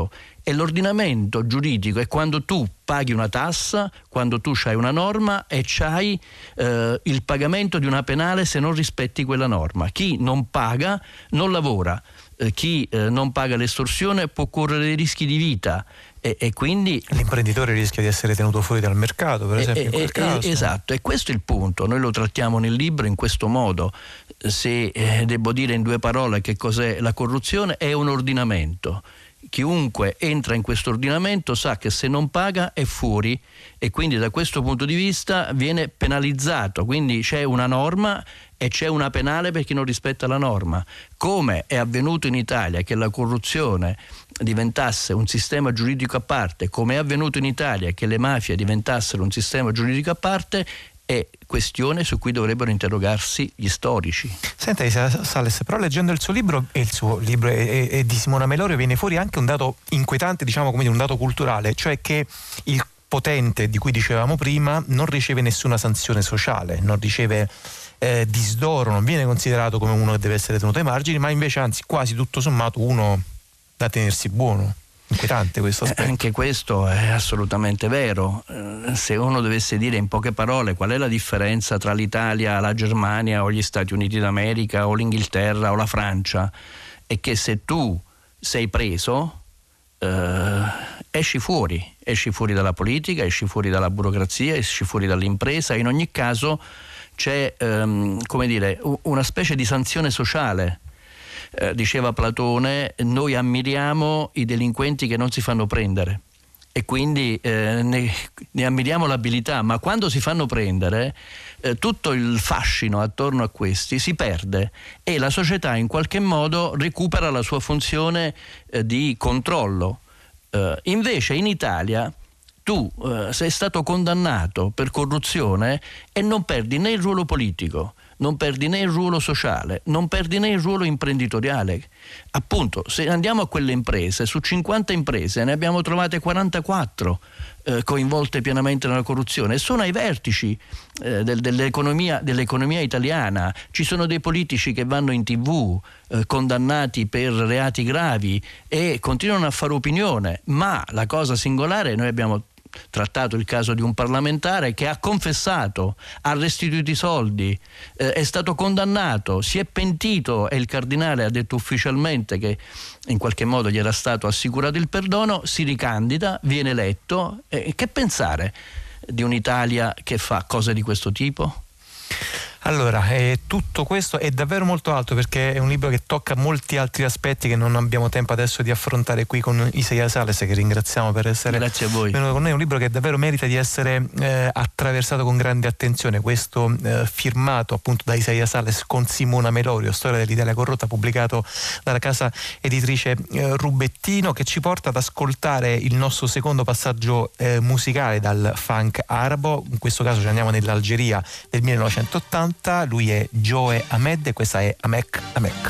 E l'ordinamento giuridico è quando tu paghi una tassa, quando tu c'hai una norma e c'hai il pagamento di una penale se non rispetti quella norma. Chi non paga non lavora, chi non paga l'estorsione può correre dei rischi di vita e quindi l'imprenditore rischia di essere tenuto fuori dal mercato, per esempio, in quel caso. Esatto, e questo è il punto. Noi lo trattiamo nel libro in questo modo. Se devo dire in 2 parole che cos'è la corruzione, è un ordinamento. Chiunque entra in questo ordinamento sa che se non paga è fuori e quindi da questo punto di vista viene penalizzato, quindi c'è una norma e c'è una penale per chi non rispetta la norma. Come è avvenuto in Italia che la corruzione diventasse un sistema giuridico a parte, come è avvenuto in Italia che le mafie diventassero un sistema giuridico a parte, è questione su cui dovrebbero interrogarsi gli storici. Senta Isaia Sales, però leggendo il suo libro e di Simona Melorio viene fuori anche un dato inquietante, diciamo come dire, un dato culturale, cioè che il potente di cui dicevamo prima non riceve nessuna sanzione sociale, non riceve disdoro, non viene considerato come uno che deve essere tenuto ai margini, ma invece anzi quasi tutto sommato uno da tenersi buono. Inquietante questo aspetto. Anche questo è assolutamente vero. Se uno dovesse dire in poche parole qual è la differenza tra l'Italia, la Germania o gli Stati Uniti d'America o l'Inghilterra o la Francia, è che se tu sei preso esci fuori dalla politica, esci fuori dalla burocrazia, esci fuori dall'impresa. In ogni caso c'è come dire una specie di sanzione sociale. Diceva Platone, noi ammiriamo i delinquenti che non si fanno prendere e quindi ne ammiriamo l'abilità, ma quando si fanno prendere tutto il fascino attorno a questi si perde e la società in qualche modo recupera la sua funzione di controllo. Invece in Italia tu sei stato condannato per corruzione e non perdi né il ruolo politico, non perdi né il ruolo sociale, non perdi né il ruolo imprenditoriale. Appunto, se andiamo a quelle imprese, su 50 imprese ne abbiamo trovate 44 coinvolte pienamente nella corruzione e sono ai vertici dell'economia italiana. Ci sono dei politici che vanno in TV condannati per reati gravi e continuano a fare opinione, ma la cosa singolare, noi abbiamo trattato il caso di un parlamentare che ha confessato, ha restituito i soldi, è stato condannato, si è pentito e il cardinale ha detto ufficialmente che in qualche modo gli era stato assicurato il perdono, si ricandida, viene eletto. Che pensare di un'Italia che fa cose di questo tipo? Allora, tutto questo è davvero molto alto perché è un libro che tocca molti altri aspetti che non abbiamo tempo adesso di affrontare qui con Isaia Sales, che ringraziamo per essere venuto con noi. È un libro che davvero merita di essere attraversato con grande attenzione, questo firmato appunto da Isaia Sales con Simona Melorio, Storia dell'Italia corrotta, pubblicato dalla casa editrice Rubettino, che ci porta ad ascoltare il nostro secondo passaggio musicale dal funk arabo. In questo caso ci andiamo nell'Algeria del 1980. Lui è Joe Ahmed e questa è Amek Amek.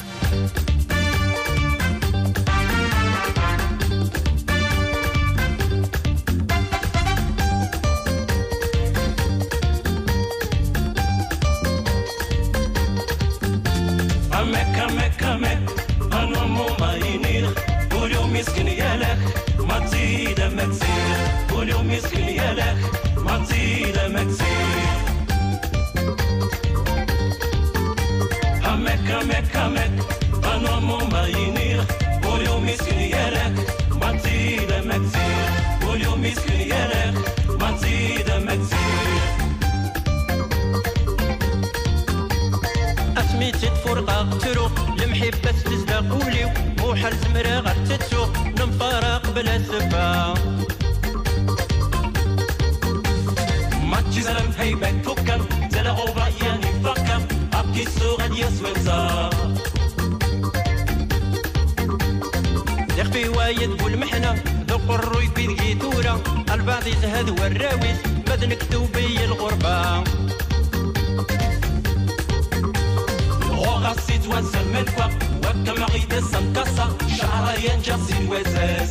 Amek Amek Amek أنوم ما ينير واليوم يسكن يالك ما تزيد ما تزيد واليوم يسكن يالك ما تزيد ما تزيد Amek Amek Amek أنوم ما ينير واليوم يسكن يالك ما تزيد ما تزيد واليوم يسكن يالك ما تزيد ما تزيد اسميتي تفرقا تروق المحبة تزدق وليو وحال زمرة غتتسوق نمفارق بلا سبا ما تجزلم هيبك توكم زلا غوبا يعني فكم أبكي السوغ يسوينزا يخفي وايد والمحنة ذوق الروي في ذقيتورة البعض يزهد والراويس مدنك توبي الغربة غسيت وانسل من فوق وكما غيد السنقصة شعرا ينجسي الوزاز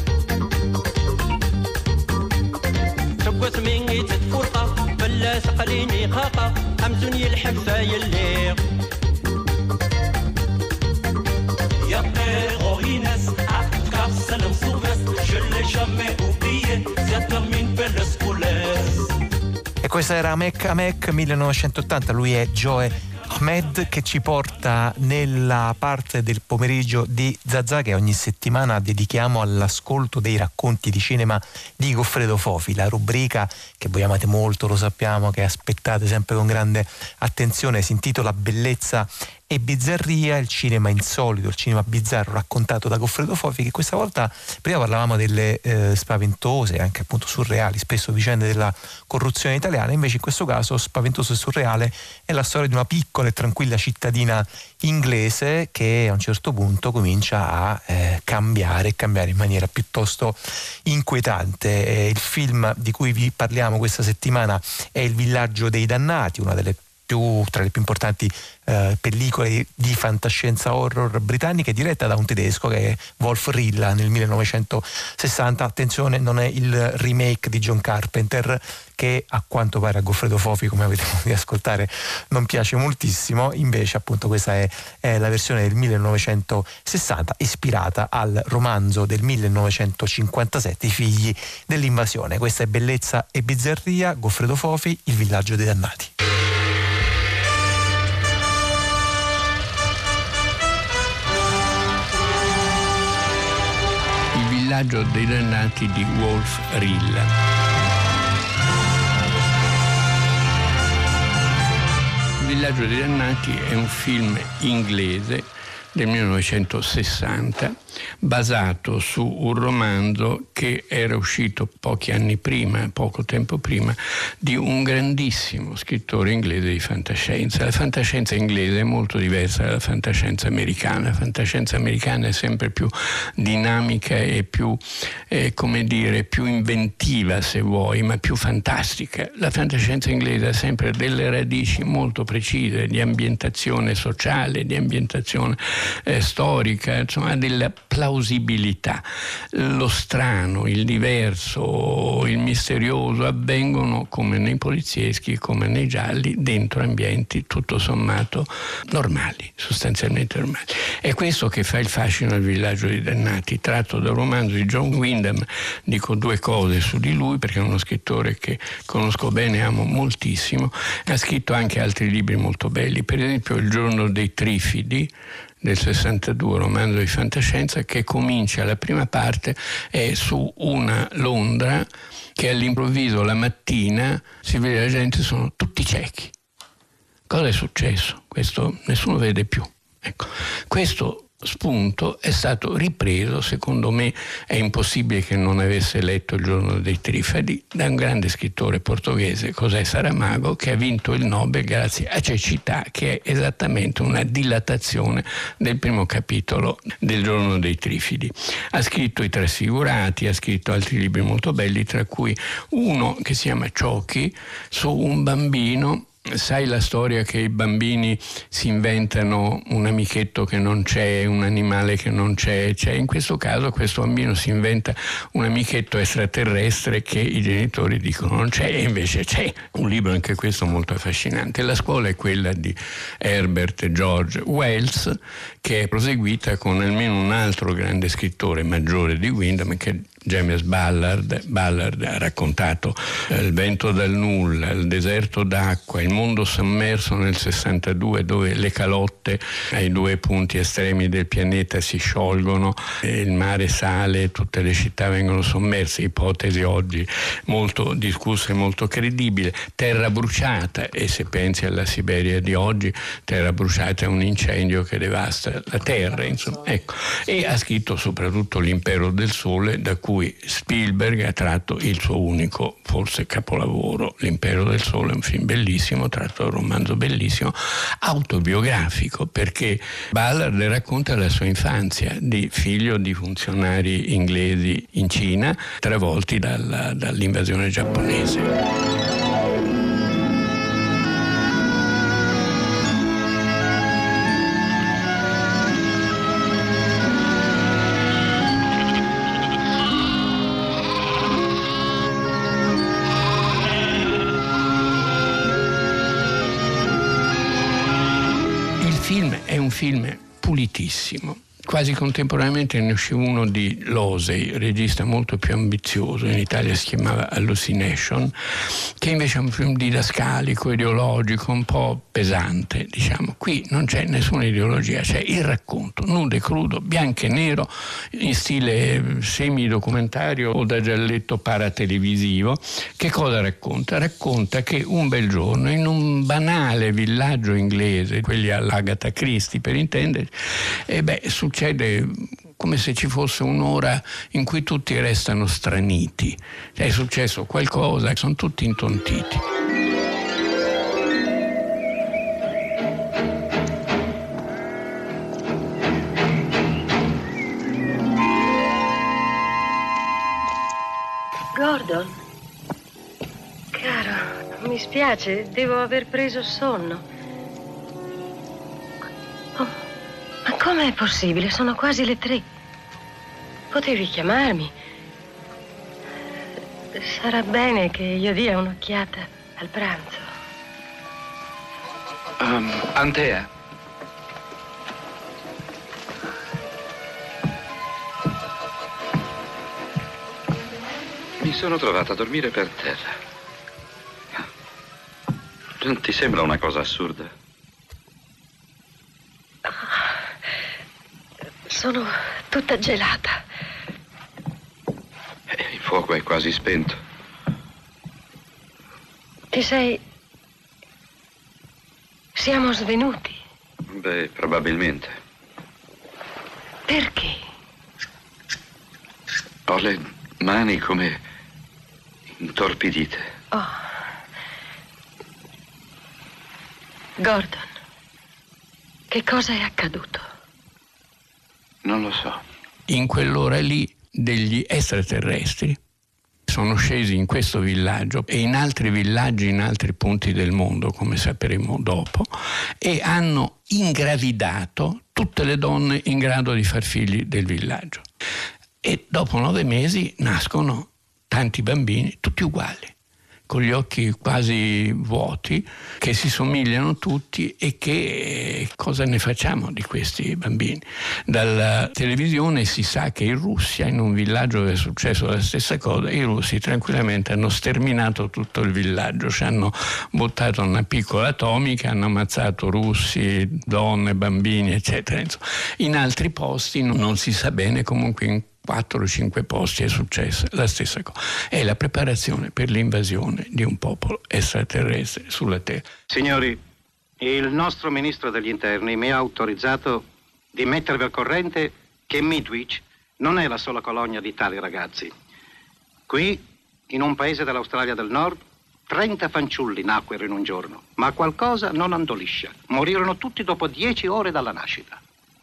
شكوت مني تتفرقة بلا سقليني خاقة أمزوني الحبسة يلي يا بيغو إيناس عقد كاف سلم صوفس jamais oublié, c'est comme une belle scolaire. E questa era Amek Amek 1980, lui è Joe Ahmed, che ci porta nella parte del pomeriggio di Zazà che ogni settimana dedichiamo all'ascolto dei racconti di cinema di Goffredo Fofi, la rubrica che voi amate molto, lo sappiamo, che aspettate sempre con grande attenzione, si intitola Bellezza e bizzarria, il cinema insolito, il cinema bizzarro raccontato da Goffredo Fofi, che questa volta, prima parlavamo delle spaventose, anche appunto surreali, spesso vicende della corruzione italiana, invece in questo caso spaventoso e surreale è la storia di una piccola e tranquilla cittadina inglese che a un certo punto comincia a cambiare in maniera piuttosto inquietante. Il film di cui vi parliamo questa settimana è Il villaggio dei dannati, una delle tra le più importanti pellicole di fantascienza horror britanniche, diretta da un tedesco che è Wolf Rilla nel 1960. Attenzione, non è il remake di John Carpenter, che a quanto pare a Goffredo Fofi, come avete potuto ascoltare, non piace moltissimo. Invece appunto questa è la versione del 1960, ispirata al romanzo del 1957 I figli dell'invasione. Questa è Bellezza e bizzarria, Goffredo Fofi, Il villaggio dei dannati. Il villaggio dei dannati di Wolf Rilla. Il villaggio dei dannati è un film inglese del 1960 basato su un romanzo che era uscito poco tempo prima, di un grandissimo scrittore inglese di fantascienza. La fantascienza inglese è molto diversa dalla fantascienza americana. La fantascienza americana è sempre più dinamica e più, più inventiva, se vuoi, ma più fantastica. La fantascienza inglese ha sempre delle radici molto precise di ambientazione sociale, di ambientazione storica, insomma della plausibilità. Lo strano, il diverso, il misterioso avvengono, come nei polizieschi, come nei gialli, dentro ambienti tutto sommato normali, sostanzialmente normali. È questo che fa il fascino del villaggio dei dannati, tratto dal romanzo di John Wyndham. Dico due cose su di lui perché è uno scrittore che conosco bene e amo moltissimo. Ha scritto anche altri libri molto belli, per esempio Il giorno dei trifidi del 62, romanzo di fantascienza che comincia, la prima parte è su una Londra che all'improvviso la mattina si vede la gente sono tutti ciechi. Cosa è successo? Questo nessuno vede più. Ecco, questo spunto è stato ripreso, secondo me è impossibile che non avesse letto Il giorno dei trifidi, da un grande scrittore portoghese, José Saramago, che ha vinto il Nobel grazie a Cecità, che è esattamente una dilatazione del primo capitolo del giorno dei trifidi. Ha scritto I Trasfigurati, ha scritto altri libri molto belli, tra cui uno che si chiama Chucky, su un bambino. Sai la storia che i bambini si inventano un amichetto che non c'è, un animale che non c'è? In questo caso questo bambino si inventa un amichetto extraterrestre che i genitori dicono non c'è e invece c'è. Un libro anche questo molto affascinante. La scuola è quella di Herbert George Wells, che è proseguita con almeno un altro grande scrittore maggiore di Wyndham, che è James Ballard. Ballard ha raccontato Il vento dal nulla, Il deserto d'acqua, Il mondo sommerso nel 62, dove le calotte ai due punti estremi del pianeta si sciolgono, il mare sale, tutte le città vengono sommerse, ipotesi oggi molto discussa e molto credibile. Terra bruciata, e se pensi alla Siberia di oggi, terra bruciata è un incendio che devasta la terra, insomma. Ecco. E ha scritto soprattutto L'Impero del Sole, da cui Spielberg ha tratto il suo unico, forse capolavoro. L'Impero del Sole è un film bellissimo, tratto da un romanzo bellissimo, autobiografico, perché Ballard racconta la sua infanzia di figlio di funzionari inglesi in Cina, travolti dall'invasione giapponese. È un film pulitissimo, Quasi contemporaneamente ne uscì uno di Losey, regista molto più ambizioso, in Italia si chiamava Hallucination, che invece è un film didascalico, ideologico, un po' pesante, diciamo. Qui non c'è nessuna ideologia, c'è il racconto, nudo e crudo, bianco e nero, in stile semidocumentario o da gialletto paratelevisivo. Che cosa racconta? Racconta che un bel giorno in un banale villaggio inglese, quelli all'Agatha Christie per intenderci, succede come se ci fosse un'ora in cui tutti restano straniti. È successo qualcosa, sono tutti intontiti. Gordon, caro, mi spiace, devo aver preso sonno. Ma com'è possibile? Sono quasi le 3. Potevi chiamarmi. Sarà bene che io dia un'occhiata al pranzo. Antea. Mi sono trovata a dormire per terra. Non ti sembra una cosa assurda? Sono tutta gelata. Il fuoco è quasi spento. Ti sei... Siamo svenuti. Beh, probabilmente. Perché? Ho le mani come intorpidite. Oh. Gordon, che cosa è accaduto? Non lo so. In quell'ora lì degli extraterrestri sono scesi in questo villaggio e in altri villaggi in altri punti del mondo, come sapremo dopo, e hanno ingravidato tutte le donne in grado di far figli del villaggio. E dopo 9 mesi nascono tanti bambini, tutti uguali, con gli occhi quasi vuoti, che si somigliano tutti. E che cosa ne facciamo di questi bambini? Dalla televisione si sa che in Russia, in un villaggio dove è successo la stessa cosa, i russi tranquillamente hanno sterminato tutto il villaggio, ci hanno buttato una piccola atomica, hanno ammazzato russi, donne, bambini, eccetera. Insomma, in altri posti non si sa bene, comunque in 4 o 5 posti è successa la stessa cosa. È la preparazione per l'invasione di un popolo extraterrestre sulla Terra. Signori, il nostro ministro degli interni mi ha autorizzato di mettervi al corrente che Midwich non è la sola colonia di tali ragazzi. Qui, in un paese dell'Australia del Nord, 30 fanciulli nacquero in un giorno, ma qualcosa non andò liscia. Morirono tutti dopo 10 ore dalla nascita.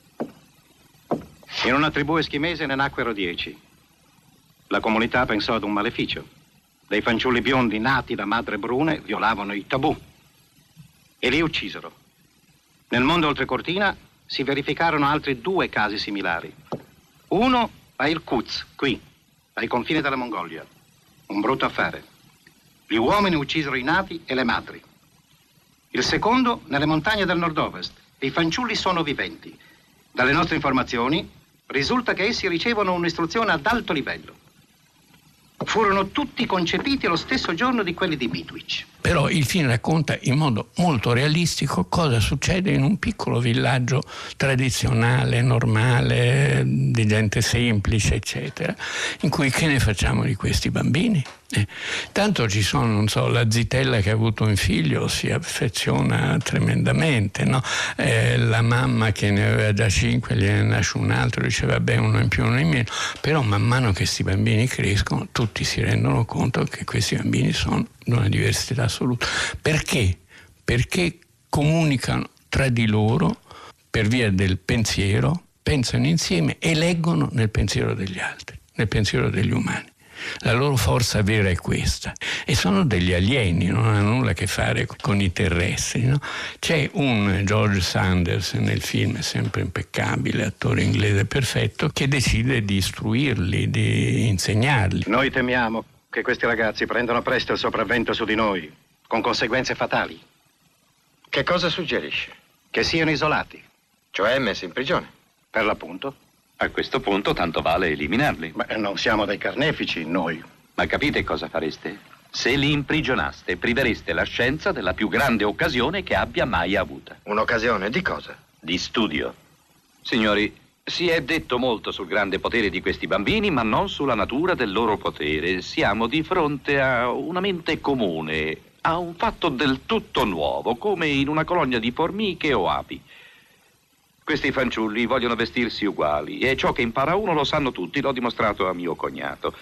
In una tribù eschimese ne nacquero 10. La comunità pensò ad un maleficio. Dei fanciulli biondi nati da madre brune violavano i tabù e li uccisero. Nel mondo oltrecortina si verificarono altri 2 casi similari. Uno a Irkutsk, qui, ai confini della Mongolia. Un brutto affare. Gli uomini uccisero i nati e le madri. Il secondo nelle montagne del nord-ovest. E i fanciulli sono viventi. Dalle nostre informazioni risulta che essi ricevono un'istruzione ad alto livello. Furono tutti concepiti lo stesso giorno di quelli di Midwich. Però il film racconta in modo molto realistico cosa succede in un piccolo villaggio tradizionale, normale, di gente semplice, eccetera, in cui che ne facciamo di questi bambini? Tanto ci sono, non so, la zitella che ha avuto un figlio si affeziona tremendamente, no? La mamma che ne aveva già 5 gliene nasce un altro, dice vabbè, uno in più, uno in meno, però man mano che questi bambini crescono tutti si rendono conto che questi bambini sono di una diversità assoluta. Perché? Perché comunicano tra di loro per via del pensiero, pensano insieme e leggono nel pensiero degli altri, nel pensiero degli umani. La loro forza vera è questa, e sono degli alieni, non hanno nulla a che fare con i terrestri, no? C'è un George Sanders nel film, sempre impeccabile, attore inglese perfetto, che decide di istruirli, di insegnarli. Noi temiamo che questi ragazzi prendano presto il sopravvento su di noi, con conseguenze fatali. Che cosa suggerisce? Che siano isolati. Cioè messi in prigione? Per l'appunto. A questo punto tanto vale eliminarli. Beh, non siamo dei carnefici, noi. Ma capite cosa fareste? Se li imprigionaste, privereste la scienza della più grande occasione che abbia mai avuta. Un'occasione di cosa? Di studio. Signori, si è detto molto sul grande potere di questi bambini, ma non sulla natura del loro potere. Siamo di fronte a una mente comune, a un fatto del tutto nuovo, come in una colonia di formiche o api. Questi fanciulli vogliono vestirsi uguali e ciò che impara uno lo sanno tutti, l'ho dimostrato a mio cognato.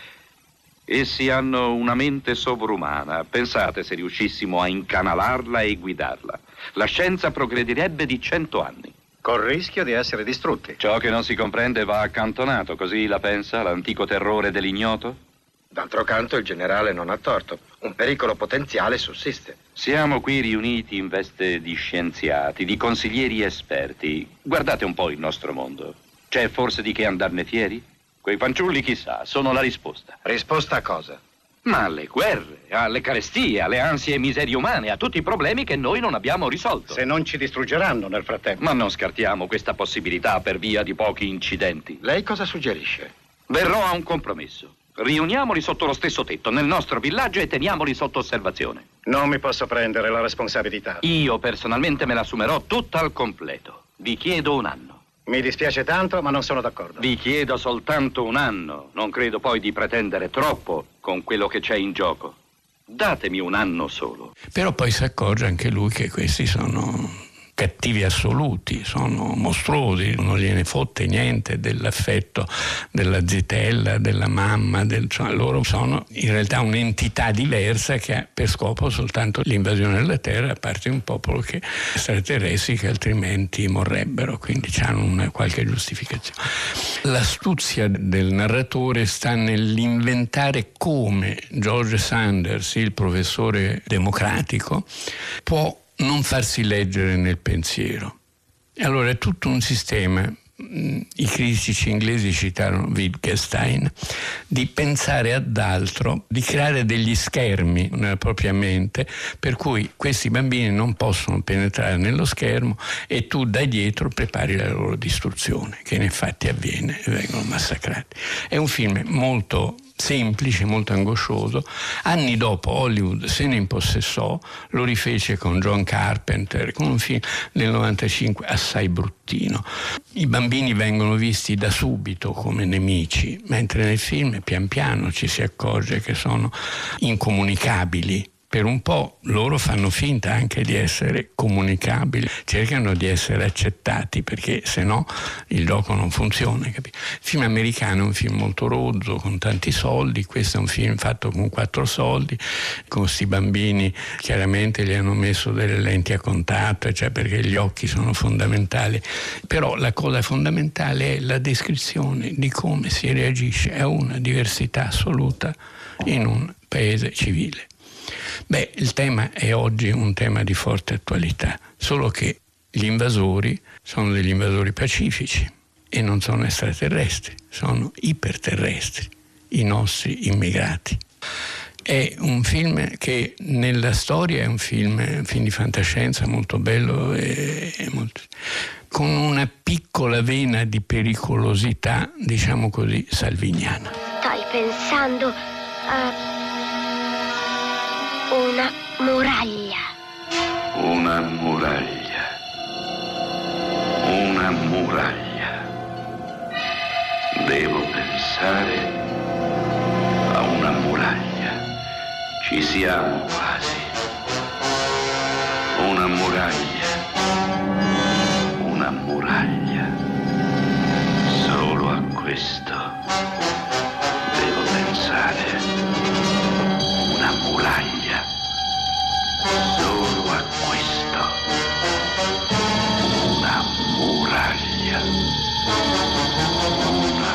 Essi hanno una mente sovrumana. Pensate se riuscissimo a incanalarla e guidarla. La scienza progredirebbe di 100 anni. Col rischio di essere distrutti. Ciò che non si comprende va accantonato, così la pensa l'antico terrore dell'ignoto? D'altro canto il generale non ha torto. Un pericolo potenziale sussiste. Siamo qui riuniti in veste di scienziati, di consiglieri esperti. Guardate un po' il nostro mondo. C'è forse di che andarne fieri? Quei fanciulli, chissà, sono la risposta. Risposta a cosa? Ma alle guerre, alle carestie, alle ansie e miserie umane, a tutti i problemi che noi non abbiamo risolto. Se non ci distruggeranno nel frattempo. Ma non scartiamo questa possibilità per via di pochi incidenti. Lei cosa suggerisce? Verrò a un compromesso. Riuniamoli sotto lo stesso tetto, nel nostro villaggio, e teniamoli sotto osservazione. Non mi posso prendere la responsabilità. Io personalmente me l'assumerò tutta al completo. Vi chiedo un anno. Mi dispiace tanto, ma non sono d'accordo. Vi chiedo soltanto un anno. Non credo poi di pretendere troppo con quello che c'è in gioco. Datemi un anno solo. Però poi si accorge anche lui che questi sono cattivi assoluti, sono mostruosi, non gliene fotte niente dell'affetto della zitella, della mamma, cioè loro sono in realtà un'entità diversa che ha per scopo soltanto l'invasione della terra, a parte un popolo che extraterrestri che altrimenti morrebbero, quindi hanno una qualche giustificazione. L'astuzia del narratore sta nell'inventare come George Sanders, il professore democratico, può non farsi leggere nel pensiero. Allora è tutto un sistema, i critici inglesi citarono Wittgenstein, di pensare ad altro, di creare degli schermi nella propria mente, per cui questi bambini non possono penetrare nello schermo e tu da dietro prepari la loro distruzione, che in effetti avviene e vengono massacrati. È un film molto semplice, molto angoscioso. Anni dopo Hollywood se ne impossessò, lo rifece con John Carpenter, con un film del 95 assai bruttino. I bambini vengono visti da subito come nemici, mentre nel film pian piano ci si accorge che sono incomunicabili. Per un po' loro fanno finta anche di essere comunicabili, cercano di essere accettati, perché se no il gioco non funziona. Capito? Il film americano è un film molto rozzo, con tanti soldi. Questo è un film fatto con 4 soldi, con questi bambini chiaramente gli hanno messo delle lenti a contatto, cioè perché gli occhi sono fondamentali. Però la cosa fondamentale è la descrizione di come si reagisce a una diversità assoluta in un paese civile. Beh, il tema è oggi un tema di forte attualità, solo che gli invasori sono degli invasori pacifici e non sono extraterrestri, sono iperterrestri, i nostri immigrati. È un film che nella storia è un film di fantascienza molto bello e con una piccola vena di pericolosità, diciamo così, salviniana. Stai pensando a una muraglia. Una muraglia. Una muraglia. Devo pensare a una muraglia. Ci siamo quasi. Una muraglia. Una muraglia. Solo a questo devo pensare. Una muraglia. Solo a questo. Una muraglia. Una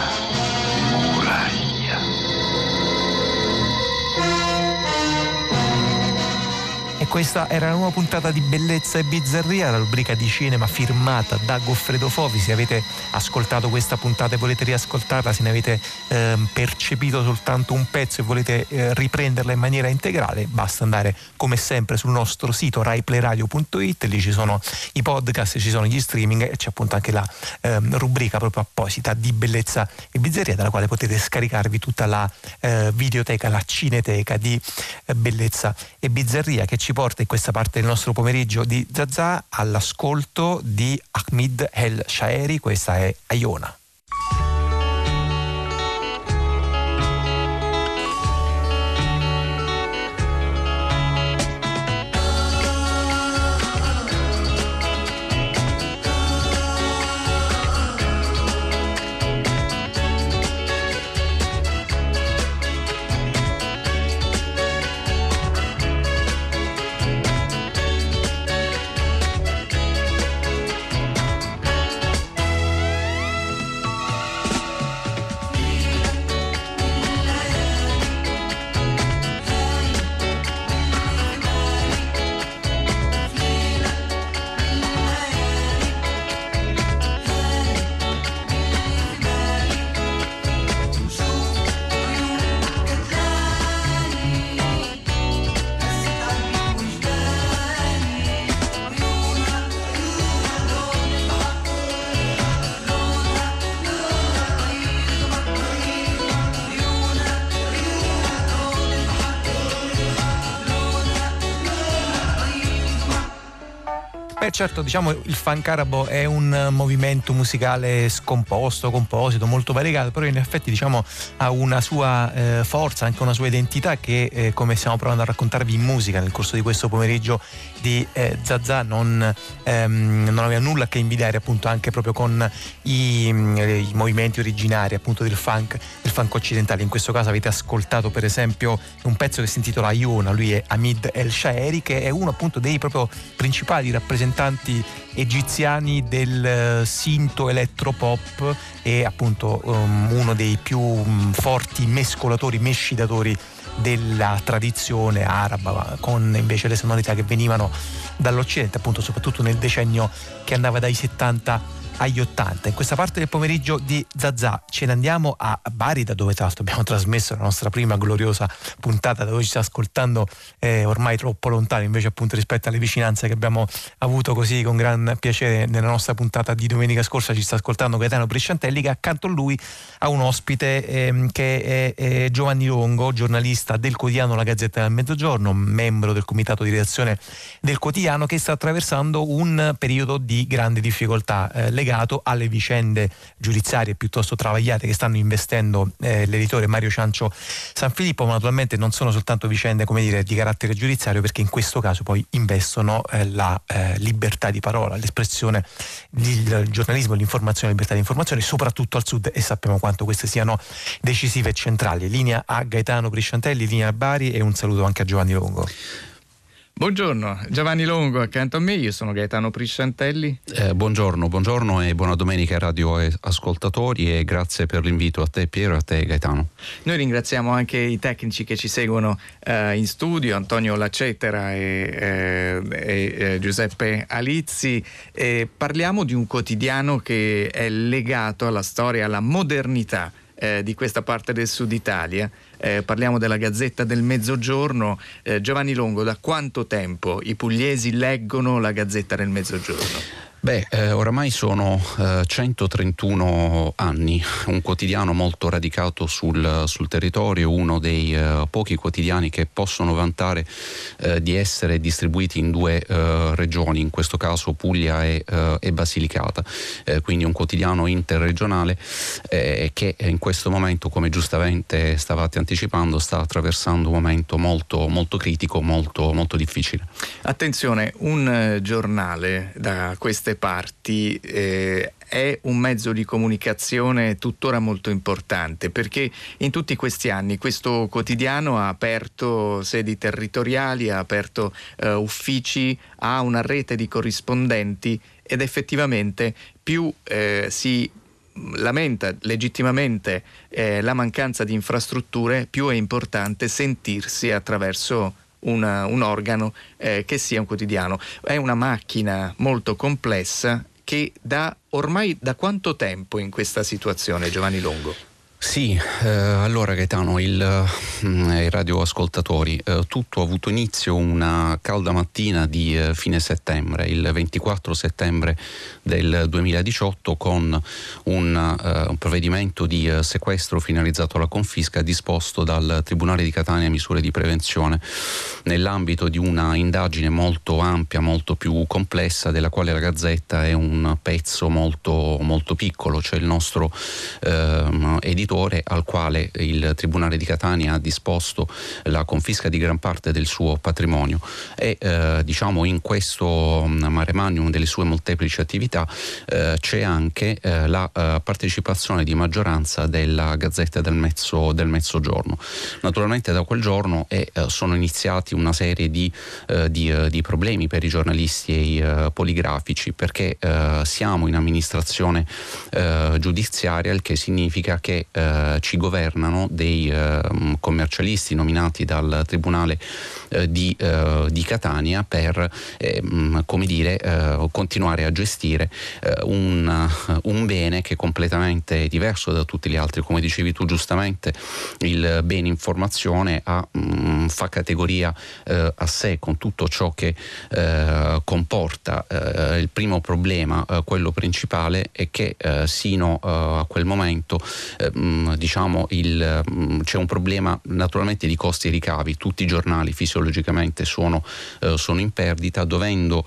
muraglia. questa era la nuova puntata di Bellezza e Bizzarria, la rubrica di cinema firmata da Goffredo Fofi. Se avete ascoltato questa puntata e volete riascoltarla, se ne avete percepito soltanto un pezzo e volete riprenderla in maniera integrale, basta andare come sempre sul nostro sito raiplayradio.it. Lì ci sono i podcast, ci sono gli streaming e c'è appunto anche la rubrica proprio apposita di Bellezza e Bizzarria, dalla quale potete scaricarvi tutta la videoteca, la cineteca di Bellezza e Bizzarria, che ci porta in questa parte del nostro pomeriggio di Zazà all'ascolto di Hamid El Shaeri. Questa è Aiona. Certo, diciamo il funk arabo è un movimento musicale scomposto, composito, molto variegato, però in effetti diciamo ha una sua forza, anche una sua identità che come stiamo provando a raccontarvi in musica nel corso di questo pomeriggio di Zazà non aveva nulla a che invidiare appunto anche proprio con i movimenti originari appunto del funk occidentale. In questo caso avete ascoltato per esempio un pezzo che si intitola Aiona, lui è Hamid El Shaeri, che è uno appunto dei proprio principali rappresentanti egiziani del sinto elettropop e appunto uno dei più forti mescolatori della tradizione araba, con invece le sonorità che venivano dall'Occidente, appunto soprattutto nel decennio che andava dai 70 agli 80. In questa parte del pomeriggio di Zazà ce ne andiamo a Bari, da dove tra l'altro abbiamo trasmesso la nostra prima gloriosa puntata, dove ci sta ascoltando ormai troppo lontano invece appunto rispetto alle vicinanze che abbiamo avuto così con gran piacere nella nostra puntata di domenica scorsa. Ci sta ascoltando Gaetano Brisciantelli, che accanto a lui ha un ospite che è Giovanni Longo, giornalista del quotidiano La Gazzetta del Mezzogiorno, membro del comitato di redazione del quotidiano, che sta attraversando un periodo di grande difficoltà legato alle vicende giudiziarie piuttosto travagliate che stanno investendo l'editore Mario Ciancio Sanfilippo, ma naturalmente non sono soltanto vicende, come dire, di carattere giudiziario, perché in questo caso poi investono la libertà di parola, l'espressione, il giornalismo, l'informazione, la libertà di informazione, soprattutto al sud, e sappiamo quanto queste siano decisive e centrali. Linea a Gaetano Brisciantelli, linea a Bari, e un saluto anche a Giovanni Longo. Buongiorno, Giovanni Longo accanto a me, io sono Gaetano Brisciantelli. Buongiorno e buona domenica ai radioascoltatori, e grazie per l'invito a te Piero e a te Gaetano. Noi ringraziamo anche i tecnici che ci seguono in studio, Antonio Lacettera e Giuseppe Alizzi. Parliamo di un quotidiano che è legato alla storia, alla modernità di questa parte del Sud Italia. Parliamo della Gazzetta del Mezzogiorno. Giovanni Longo, da quanto tempo i pugliesi leggono la Gazzetta del Mezzogiorno? Oramai sono 131 anni, un quotidiano molto radicato sul territorio, uno dei pochi quotidiani che possono vantare di essere distribuiti in due regioni, in questo caso Puglia e Basilicata, quindi un quotidiano interregionale che in questo momento, come giustamente stavate anticipando, sta attraversando un momento molto, molto critico, molto, molto difficile. Attenzione, un giornale da queste parti è un mezzo di comunicazione tuttora molto importante, perché in tutti questi anni questo quotidiano ha aperto sedi territoriali, ha aperto uffici, ha una rete di corrispondenti, ed effettivamente più si lamenta legittimamente la mancanza di infrastrutture, più è importante sentirsi attraverso un organo che sia un quotidiano. È una macchina molto complessa che ormai da quanto tempo in questa situazione, Giovanni Longo? Sì, allora Gaetano, i radioascoltatori, tutto ha avuto inizio una calda mattina di fine settembre, il 24 settembre del 2018, con un provvedimento di sequestro finalizzato alla confisca disposto dal Tribunale di Catania misure di prevenzione nell'ambito di una indagine molto ampia, molto più complessa, della quale la Gazzetta è un pezzo molto, molto piccolo. C'è il nostro editore, al quale il Tribunale di Catania ha disposto la confisca di gran parte del suo patrimonio, e diciamo in questo mare magnum delle sue molteplici attività c'è anche la partecipazione di maggioranza della Gazzetta del Mezzogiorno. Naturalmente da quel giorno sono iniziati una serie di problemi per i giornalisti e i poligrafici, perché siamo in amministrazione giudiziaria, il che significa che ci governano dei commercialisti nominati dal Tribunale di Catania per continuare a gestire un bene che è completamente diverso da tutti gli altri. Come dicevi tu giustamente, il bene informazione fa categoria a sé, con tutto ciò che comporta. Il primo problema, quello principale, è che sino a quel momento c'è un problema naturalmente di costi e ricavi. Tutti i giornali fisiologicamente sono in perdita, dovendo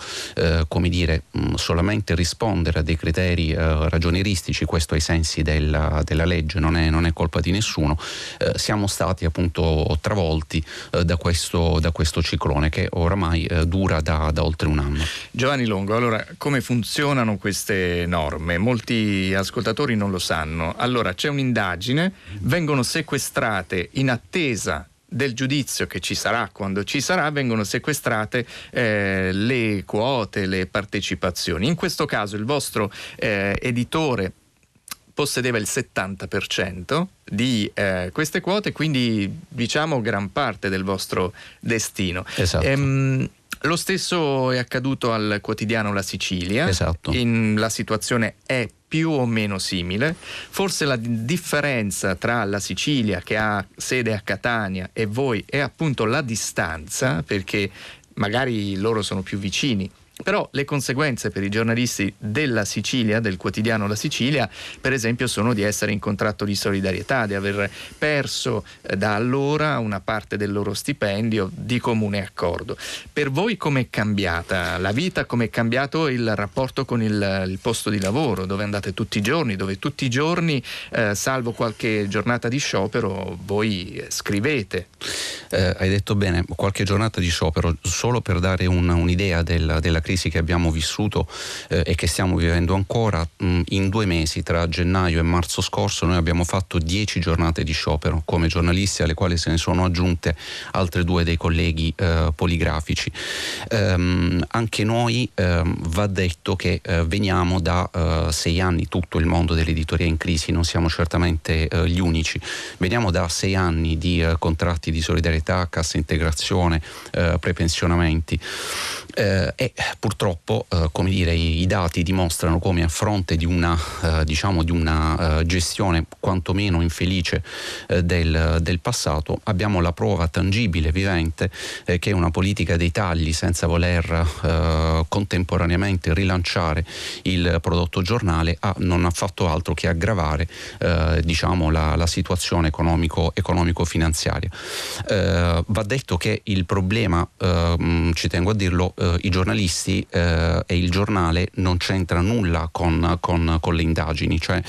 solamente rispondere a dei criteri ragionieristici, questo ai sensi della legge, non è colpa di nessuno. Siamo stati appunto travolti da questo ciclone che oramai dura da oltre un anno. Giovanni Longo, allora come funzionano queste norme? Molti ascoltatori non lo sanno. Allora c'è un'indagine, vengono sequestrate in attesa del giudizio che ci sarà, quando ci sarà, vengono sequestrate le quote, le partecipazioni. In questo caso il vostro editore possedeva il 70% di queste quote, quindi diciamo gran parte del vostro destino. Esatto. Lo stesso è accaduto al quotidiano La Sicilia. Esatto. La situazione è più o meno simile. Forse la differenza tra La Sicilia, che ha sede a Catania, e voi è appunto la distanza, perché magari loro sono più vicini. Però le conseguenze per i giornalisti della Sicilia, del quotidiano La Sicilia, per esempio, sono di essere in contratto di solidarietà, di aver perso da allora una parte del loro stipendio di comune accordo. Per voi com'è cambiata la vita, com'è cambiato il rapporto con il posto di lavoro, dove andate tutti i giorni, dove tutti i giorni, salvo qualche giornata di sciopero, voi scrivete? Hai detto bene, qualche giornata di sciopero, solo per dare un'idea della crisi che abbiamo vissuto e che stiamo vivendo ancora. In 2 mesi, tra gennaio e marzo scorso, noi abbiamo fatto 10 giornate di sciopero come giornalisti, alle quali se ne sono aggiunte altre 2 dei colleghi poligrafici. Anche noi, va detto che veniamo da 6 anni, tutto il mondo dell'editoria in crisi, non siamo certamente gli unici. Veniamo da 6 anni di contratti di solidarietà, cassa integrazione, prepensionamenti, e purtroppo i dati dimostrano come, a fronte di una gestione quantomeno infelice del passato, abbiamo la prova tangibile, vivente, che una politica dei tagli, senza voler contemporaneamente rilanciare il prodotto giornale, non ha fatto altro che aggravare la situazione economico-finanziaria. Va detto che il problema, ci tengo a dirlo, i giornalisti e il giornale non c'entra nulla con le indagini, cioè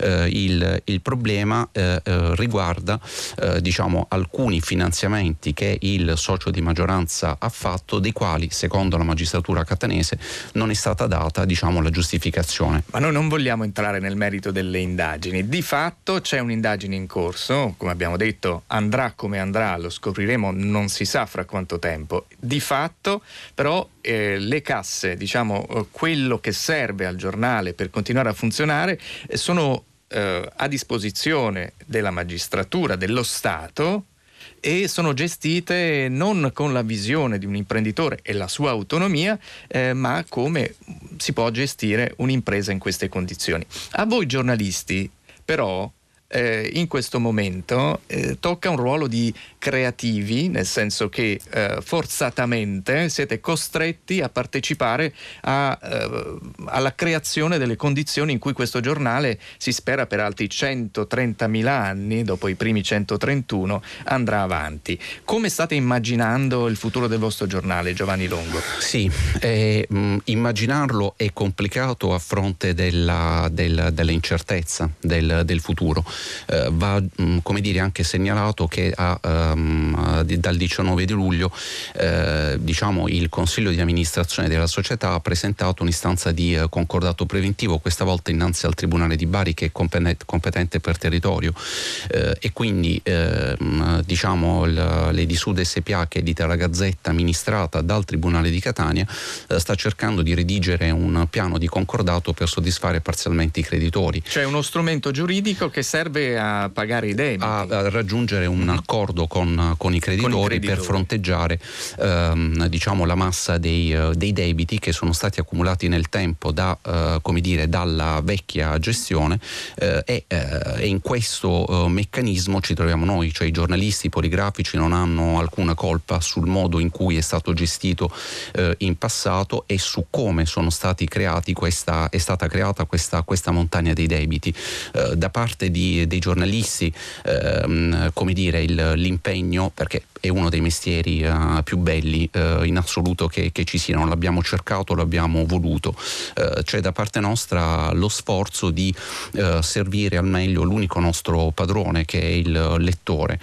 il problema riguarda alcuni finanziamenti che il socio di maggioranza ha fatto, dei quali, secondo la magistratura catanese, non è stata data la giustificazione. Ma noi non vogliamo entrare nel merito delle indagini. Di fatto c'è un'indagine in corso, come abbiamo detto, andrà come andrà, lo scopriremo non si sa fra quanto tempo. Di fatto però le casse, quello che serve al giornale per continuare a funzionare, sono a disposizione della magistratura, dello Stato, e sono gestite non con la visione di un imprenditore e la sua autonomia, ma come si può gestire un'impresa in queste condizioni. A voi giornalisti però in questo momento tocca un ruolo di creativi, nel senso che forzatamente siete costretti a partecipare alla creazione delle condizioni in cui questo giornale, si spera per altri 130.000 anni, dopo i primi 131, andrà avanti. Come state immaginando il futuro del vostro giornale, Giovanni Longo? Sì, immaginarlo è complicato a fronte dell'incertezza del futuro. Va come dire anche segnalato che dal 19 di luglio diciamo il Consiglio di amministrazione della società ha presentato un'istanza di concordato preventivo, questa volta innanzi al Tribunale di Bari, che è competente per territorio, e quindi diciamo l'Edisud SPA, che edita la Gazzetta amministrata dal Tribunale di Catania, sta cercando di redigere un piano di concordato per soddisfare parzialmente i creditori. Cioè uno strumento giuridico che serve a pagare i debiti, a raggiungere un accordo con i creditori per fronteggiare diciamo la massa dei debiti che sono stati accumulati nel tempo dalla vecchia gestione, e in questo meccanismo ci troviamo noi, cioè i giornalisti poligrafici non hanno alcuna colpa sul modo in cui è stato gestito in passato e su come sono stati creati è stata creata questa montagna dei debiti da parte dei giornalisti. Come dire, l'impegno, perché è uno dei mestieri più belli in assoluto che ci sia, non l'abbiamo cercato, l'abbiamo voluto, c'è da parte nostra lo sforzo di servire al meglio l'unico nostro padrone, che è il lettore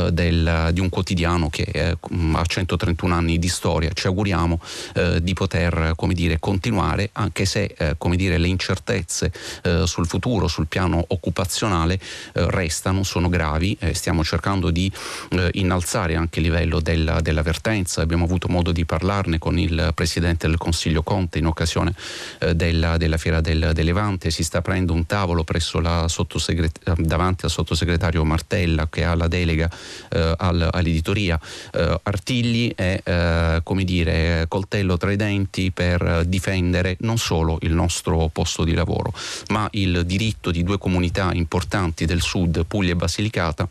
di un quotidiano che ha 131 anni di storia. Ci auguriamo di poter, come dire, continuare, anche se come dire, le incertezze sul futuro, sul piano occupazionale restano, sono gravi. Stiamo cercando di innalzare anche il livello dell'avvertenza. Abbiamo avuto modo di parlarne con il Presidente del Consiglio Conte in occasione della Fiera del Levante. Si sta aprendo un tavolo presso davanti al sottosegretario Martella, che ha la delega all'editoria. Artigli è come dire coltello tra i denti per difendere non solo il nostro posto di lavoro, ma il diritto di due comunità importanti del sud, Puglia e Basilicata,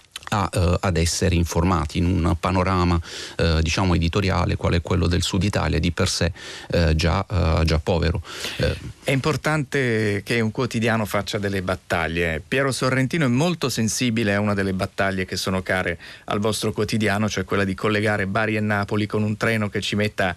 ad essere informati in un panorama diciamo editoriale quale è quello del Sud Italia, di per sé già povero. È importante che un quotidiano faccia delle battaglie. Piero Sorrentino è molto sensibile a una delle battaglie che sono care al vostro quotidiano, cioè quella di collegare Bari e Napoli con un treno che ci metta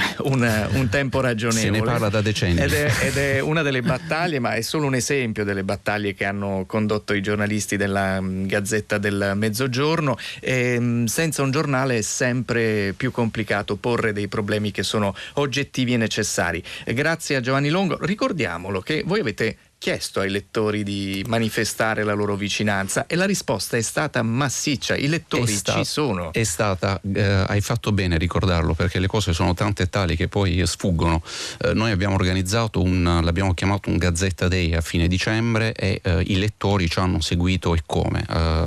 un tempo ragionevole. Se ne parla da decenni. Ed è una delle battaglie, ma è solo un esempio delle battaglie che hanno condotto i giornalisti della Gazzetta del Mezzogiorno. Senza un giornale è sempre più complicato porre dei problemi che sono oggettivi e necessari. Grazie a Giovanni Longo. Ricordiamolo che voi avete chiesto ai lettori di manifestare la loro vicinanza e la risposta è stata massiccia. I lettori ci sono. È stata, hai fatto bene a ricordarlo, perché le cose sono tante e tali che poi sfuggono. Noi abbiamo organizzato l'abbiamo chiamato un Gazzetta Day a fine dicembre e i lettori ci hanno seguito, e come.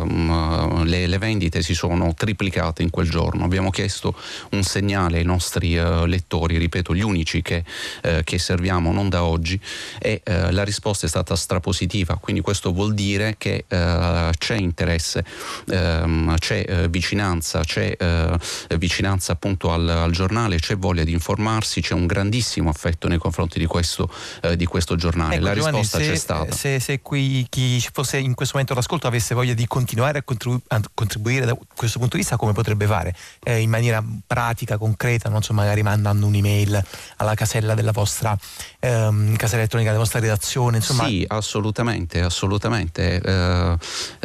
Le vendite si sono triplicate in quel giorno. Abbiamo chiesto un segnale ai nostri lettori, ripeto, gli unici che serviamo non da oggi, e la risposta è stata strapositiva. Quindi questo vuol dire che c'è interesse, c'è vicinanza, appunto al giornale, c'è voglia di informarsi, c'è un grandissimo affetto nei confronti di questo giornale. La risposta c'è stata. Se qui chi fosse in questo momento all'ascolto avesse voglia di continuare a contribuire da questo punto di vista, come potrebbe fare? In maniera pratica, concreta, non so, magari mandando un'email alla casella della vostra casella elettronica della vostra redazione, insomma. Sì, assolutamente. Ed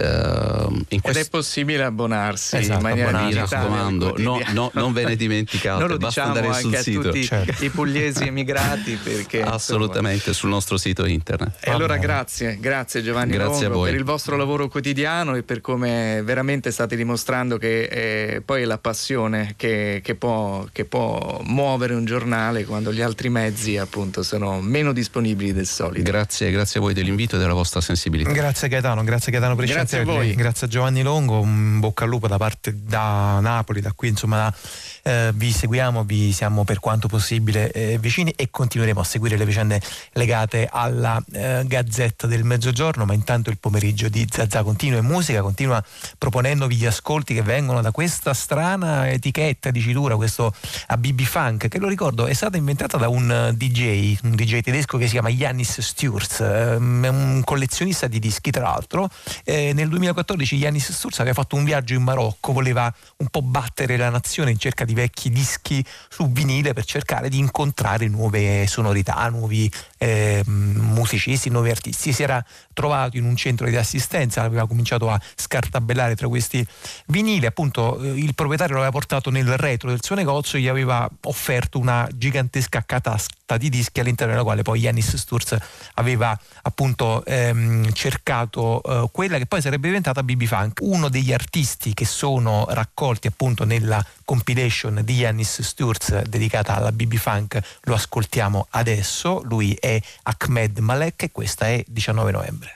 è possibile abbonarsi in maniera digitale. Non ve ne dimenticate, lo basta diciamo andare sul anche sito. a tutti i pugliesi emigrati, perché assolutamente, sul nostro sito internet. E allora grazie Giovanni Longo per il vostro lavoro quotidiano e per come veramente state dimostrando che poi è la passione che può muovere un giornale quando gli altri mezzi appunto sono meno disponibili del solito. Grazie grazie a voi dell'invito e della vostra sensibilità. Grazie Gaetano per il grazie a voi. Grazie a Giovanni Longo, un bocca al lupo da Napoli, da qui insomma vi seguiamo, vi siamo per quanto possibile vicini e continueremo a seguire le vicende legate alla Gazzetta del Mezzogiorno, ma intanto il pomeriggio di Zazà continua in musica, continua proponendovi gli ascolti che vengono da questa strana etichetta dicitura, questo BB Funk, che lo ricordo è stata inventata da un DJ tedesco che si chiama Yannis Sturz, un collezionista di dischi tra l'altro. Nel 2014 Yannis Sturz aveva fatto un viaggio in Marocco, voleva un po' battere la nazione in cerca di vecchi dischi su vinile per cercare di incontrare nuove sonorità, nuovi musicisti, nuovi artisti. Si era trovato in un centro di assistenza, aveva cominciato a scartabellare tra questi vinili, appunto il proprietario lo aveva portato nel retro del suo negozio e gli aveva offerto una gigantesca catasta di dischi all'interno della quale poi Yannis Sturz aveva appunto cercato quella che poi sarebbe diventata BB Funk. Uno degli artisti che sono raccolti appunto nella compilation di Yannis Sturz dedicata alla BB Funk lo ascoltiamo adesso, lui è Ahmed Malek e questa è 19 novembre.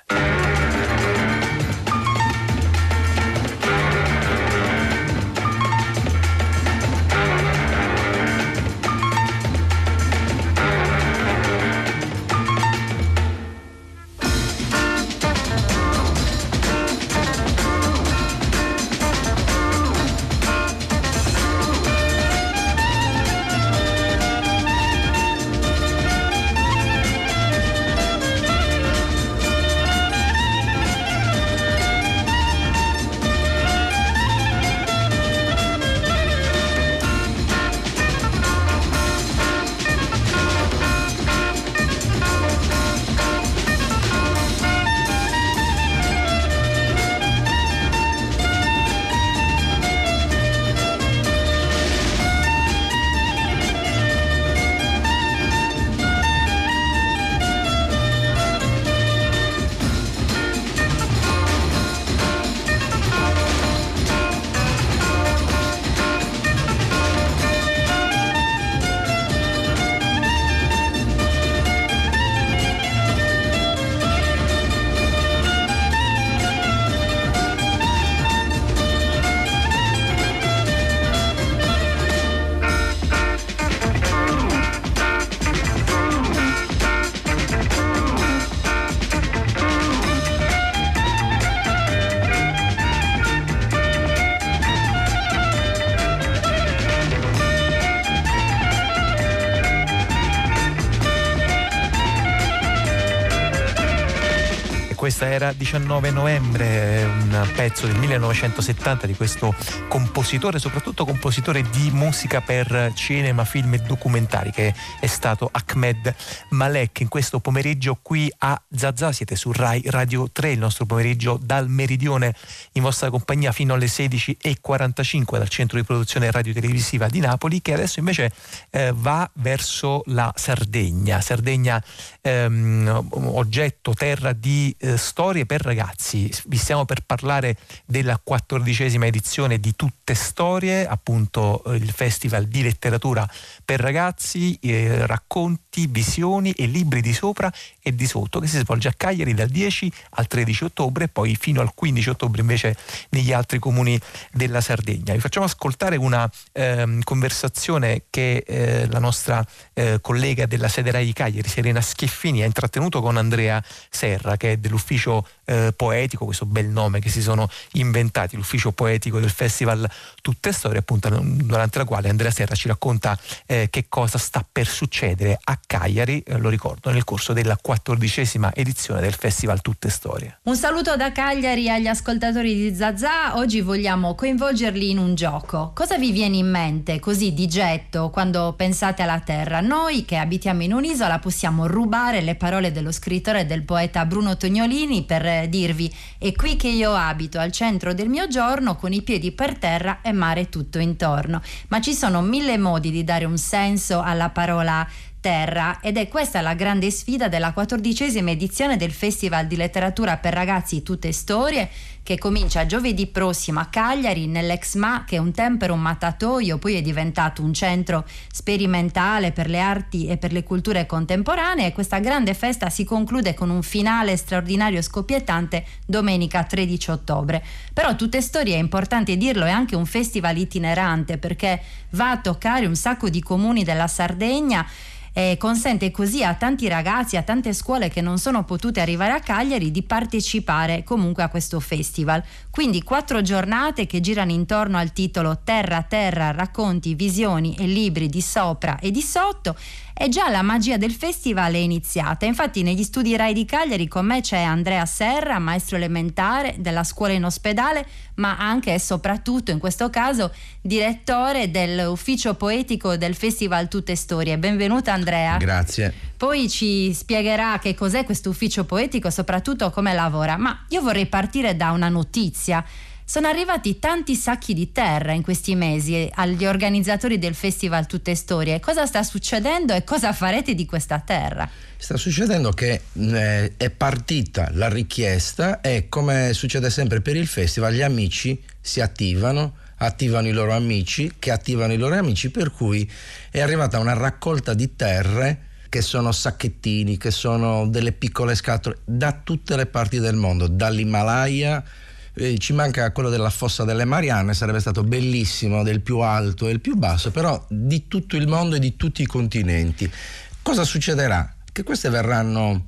Questa era 19 novembre, un pezzo del 1970 di questo compositore, soprattutto compositore di musica per cinema, film e documentari, che è stato Ahmed Malek. In questo pomeriggio qui a Zazà siete su Rai Radio 3, il nostro pomeriggio dal meridione in vostra compagnia fino alle 16:45 dal centro di produzione radiotelevisiva di Napoli, che adesso invece va verso la Sardegna, oggetto, terra di storie per ragazzi. Vi stiamo per parlare della 14ª edizione di Tutte Storie, appunto il festival di letteratura per ragazzi, racconti, visioni e libri di sopra e di sotto, che si svolge a Cagliari dal 10 al 13 ottobre e poi fino al 15 ottobre invece negli altri comuni della Sardegna. Vi facciamo ascoltare una conversazione che la nostra collega della sede Rai di Cagliari, Serena Schieffini, ha intrattenuto con Andrea Serra, che è dell'ufficio poetico, questo bel nome che si sono inventati, l'ufficio poetico del festival Tutte Storie, appunto, durante la quale Andrea Serra ci racconta che cosa sta per succedere a Cagliari, lo ricordo, nel corso della 14ª edizione del festival Tutte Storie. Un saluto da Cagliari agli ascoltatori di Zazà. Oggi vogliamo coinvolgerli in un gioco. Cosa vi viene in mente così di getto quando pensate alla terra? Noi che abitiamo in un'isola possiamo rubare le parole dello scrittore e del poeta Bruno Tognolini per dirvi: è qui che io abito, al centro del mio giorno, con i piedi per terra e mare tutto intorno. Ma ci sono 1000 modi di dare un senso alla parola terra, ed è questa la grande sfida della 14ª edizione del Festival di Letteratura per Ragazzi Tutte Storie, che comincia giovedì prossimo a Cagliari nell'Exma, che un tempo era un mattatoio, poi è diventato un centro sperimentale per le arti e per le culture contemporanee. Questa grande festa si conclude con un finale straordinario scoppiettante domenica 13 ottobre. Però Tutte Storie, è importante dirlo, è anche un festival itinerante, perché va a toccare un sacco di comuni della Sardegna e consente così a tanti ragazzi, a tante scuole che non sono potute arrivare a Cagliari, di partecipare comunque a questo festival. Quindi 4 giornate che girano intorno al titolo Terra a Terra, racconti, visioni e libri di sopra e di sotto. E già la magia del festival è iniziata. Infatti negli studi Rai di Cagliari con me c'è Andrea Serra, maestro elementare della scuola in ospedale, ma anche e soprattutto in questo caso direttore dell'ufficio poetico del Festival Tutte Storie. Benvenuta Andrea. Grazie. Poi ci spiegherà che cos'è questo ufficio poetico e soprattutto come lavora. Ma io vorrei partire da una notizia. Sono arrivati tanti sacchi di terra in questi mesi agli organizzatori del Festival Tutte Storie. Cosa sta succedendo e cosa farete di questa terra? Sta succedendo che è partita la richiesta e, come succede sempre per il festival, gli amici si attivano i loro amici, che attivano i loro amici, per cui è arrivata una raccolta di terre che sono sacchettini, che sono delle piccole scatole da tutte le parti del mondo, dall'Himalaya. Ci manca quello della Fossa delle Marianne, sarebbe stato bellissimo, del più alto e il più basso, però di tutto il mondo e di tutti i continenti. Cosa succederà? Che queste verranno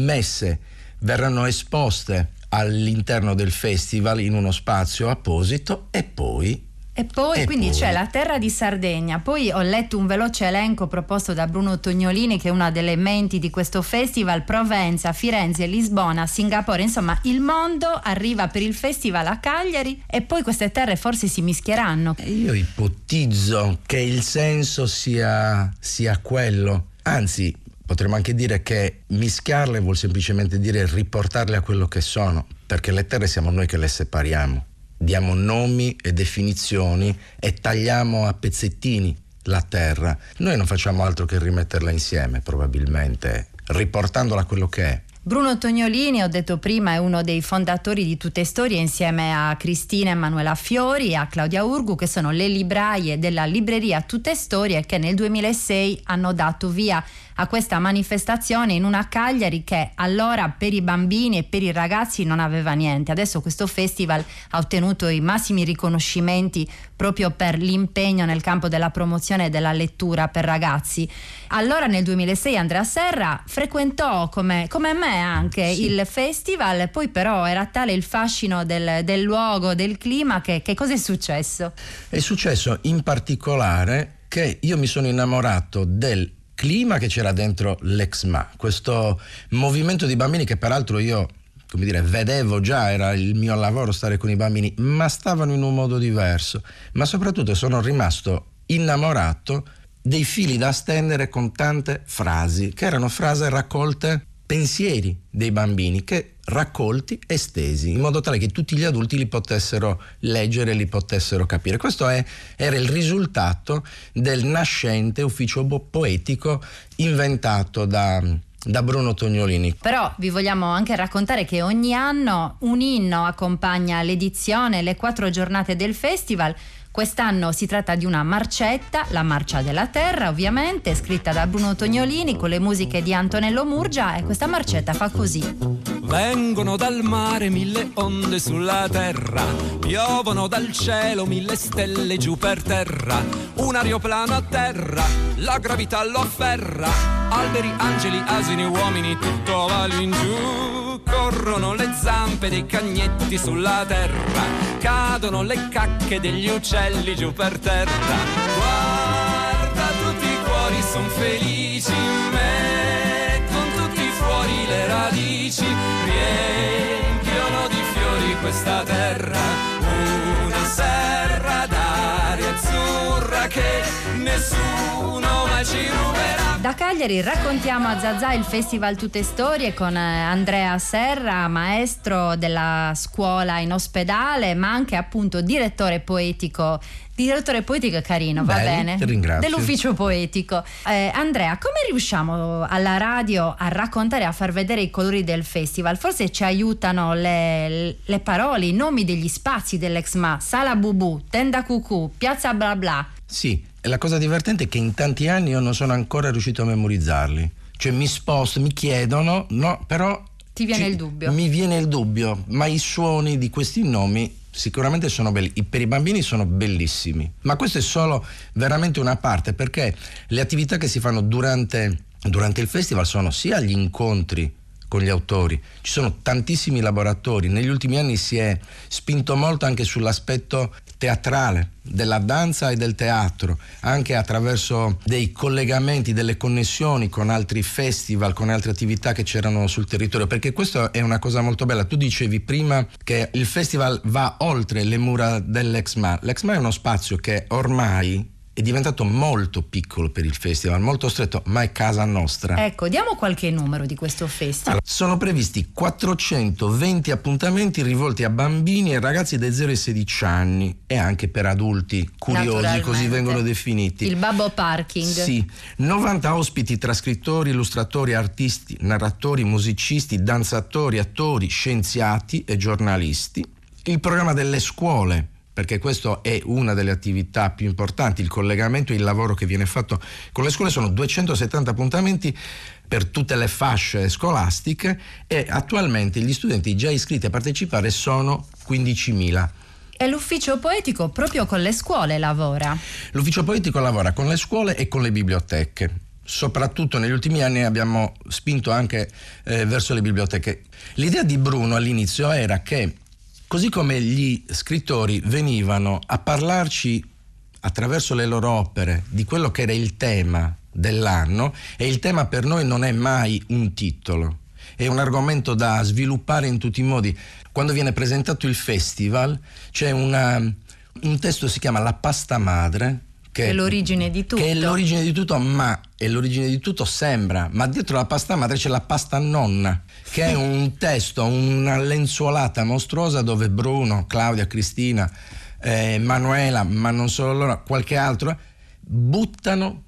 esposte all'interno del festival in uno spazio apposito e poi quindi c'è la terra di Sardegna. Poi ho letto un veloce elenco proposto da Bruno Tognolini, che è una delle menti di questo festival: Provenza, Firenze, Lisbona, Singapore, insomma il mondo arriva per il festival a Cagliari e poi queste terre forse si mischieranno. Io ipotizzo che il senso sia quello, anzi potremmo anche dire che mischiarle vuol semplicemente dire riportarle a quello che sono, perché le terre siamo noi che le separiamo. Diamo nomi e definizioni e tagliamo a pezzettini la terra. Noi non facciamo altro che rimetterla insieme, probabilmente, riportandola a quello che è. Bruno Tognolini, ho detto prima, è uno dei fondatori di Tutte Storie, insieme a Cristina e Manuela Fiori e a Claudia Urgu, che sono le libraie della libreria Tutte Storie, che nel 2006 hanno dato via a questa manifestazione in una Cagliari che allora per i bambini e per i ragazzi non aveva niente. Adesso questo festival ha ottenuto i massimi riconoscimenti proprio per l'impegno nel campo della promozione della lettura per ragazzi. Allora nel 2006 Andrea Serra frequentò come me anche il festival, poi però era tale il fascino del luogo, del clima, che cosa è successo? È successo in particolare che io mi sono innamorato del clima che c'era dentro l'Exma, questo movimento di bambini che peraltro io, come dire, vedevo già, era il mio lavoro stare con i bambini, ma stavano in un modo diverso. Ma soprattutto sono rimasto innamorato dei fili da stendere con tante frasi, che erano frasi raccolte, pensieri dei bambini che raccolti e stesi in modo tale che tutti gli adulti li potessero leggere, li potessero capire. Questo era il risultato del nascente ufficio poetico inventato da Bruno Tognolini. Però vi vogliamo anche raccontare che ogni anno un inno accompagna l'edizione, le 4 giornate del festival. Quest'anno si tratta di una marcetta, la Marcia della Terra, ovviamente, scritta da Bruno Tognolini con le musiche di Antonello Murgia, e questa marcetta fa così. Vengono dal mare 1000 onde sulla terra, piovono dal cielo 1000 stelle giù per terra, un aeroplano a terra, la gravità lo afferra, alberi, angeli, asini, uomini, tutto va lì in giù, corrono le zampe dei cagnetti sulla terra, cadono le cacche degli uccelli giù per terra, guarda tutti i cuori son felici, mettono tutti fuori le radici, riempiono di fiori questa terra, una serra d'aria azzurra che nessuno mai ci ruberà. Da Cagliari raccontiamo a Zazà il Festival Tutte Storie con Andrea Serra, maestro della scuola in ospedale, ma anche appunto direttore poetico Il direttore poetico è carino, va bene? Ti ringrazio. Dell'ufficio poetico. Andrea, come riusciamo alla radio a raccontare, a far vedere i colori del festival? Forse ci aiutano le parole, i nomi degli spazi dell'Exma: Sala Bubù, Tenda Cucù, Piazza Bla Bla. Sì, e la cosa divertente è che in tanti anni io non sono ancora riuscito a memorizzarli. Cioè mi sposto, mi chiedono, no, però... Ti viene il dubbio? Mi viene il dubbio, ma i suoni di questi nomi sicuramente sono belli, per i bambini sono bellissimi, ma questo è solo veramente una parte, perché le attività che si fanno durante il festival sono sia gli incontri con gli autori, ci sono tantissimi laboratori, negli ultimi anni si è spinto molto anche sull'aspetto teatrale, della danza e del teatro, anche attraverso dei collegamenti, delle connessioni con altri festival, con altre attività che c'erano sul territorio, perché questo è una cosa molto bella. Tu dicevi prima che il festival va oltre le mura dell'Exma. L'Exma è uno spazio che ormai è diventato molto piccolo per il festival, molto stretto, ma è casa nostra. Ecco, diamo qualche numero di questo festival. Allora, sono previsti 420 appuntamenti rivolti a bambini e ragazzi dai 0 ai 16 anni e anche per adulti curiosi, così vengono definiti. Il Babbo Parking. Sì, 90 ospiti tra scrittori, illustratori, artisti, narratori, musicisti, danzatori, attori, scienziati e giornalisti. Il programma delle scuole, perché questo è una delle attività più importanti, il collegamento e il lavoro che viene fatto con le scuole. Sono 270 appuntamenti per tutte le fasce scolastiche e attualmente gli studenti già iscritti a partecipare sono 15.000. E l'ufficio poetico proprio con le scuole lavora? L'ufficio poetico lavora con le scuole e con le biblioteche. Soprattutto negli ultimi anni abbiamo spinto anche verso le biblioteche. L'idea di Bruno all'inizio era che, così come gli scrittori venivano a parlarci attraverso le loro opere di quello che era il tema dell'anno, e il tema per noi non è mai un titolo, è un argomento da sviluppare in tutti i modi. Quando viene presentato il festival c'è un testo, si chiama La pasta madre, che è l'origine di tutto. Che è l'origine di tutto, ma è l'origine di tutto sembra, ma dietro la pasta madre c'è la pasta nonna, che è un testo, una lenzuolata mostruosa dove Bruno, Claudia, Cristina, Manuela, ma non solo loro, qualche altro, buttano,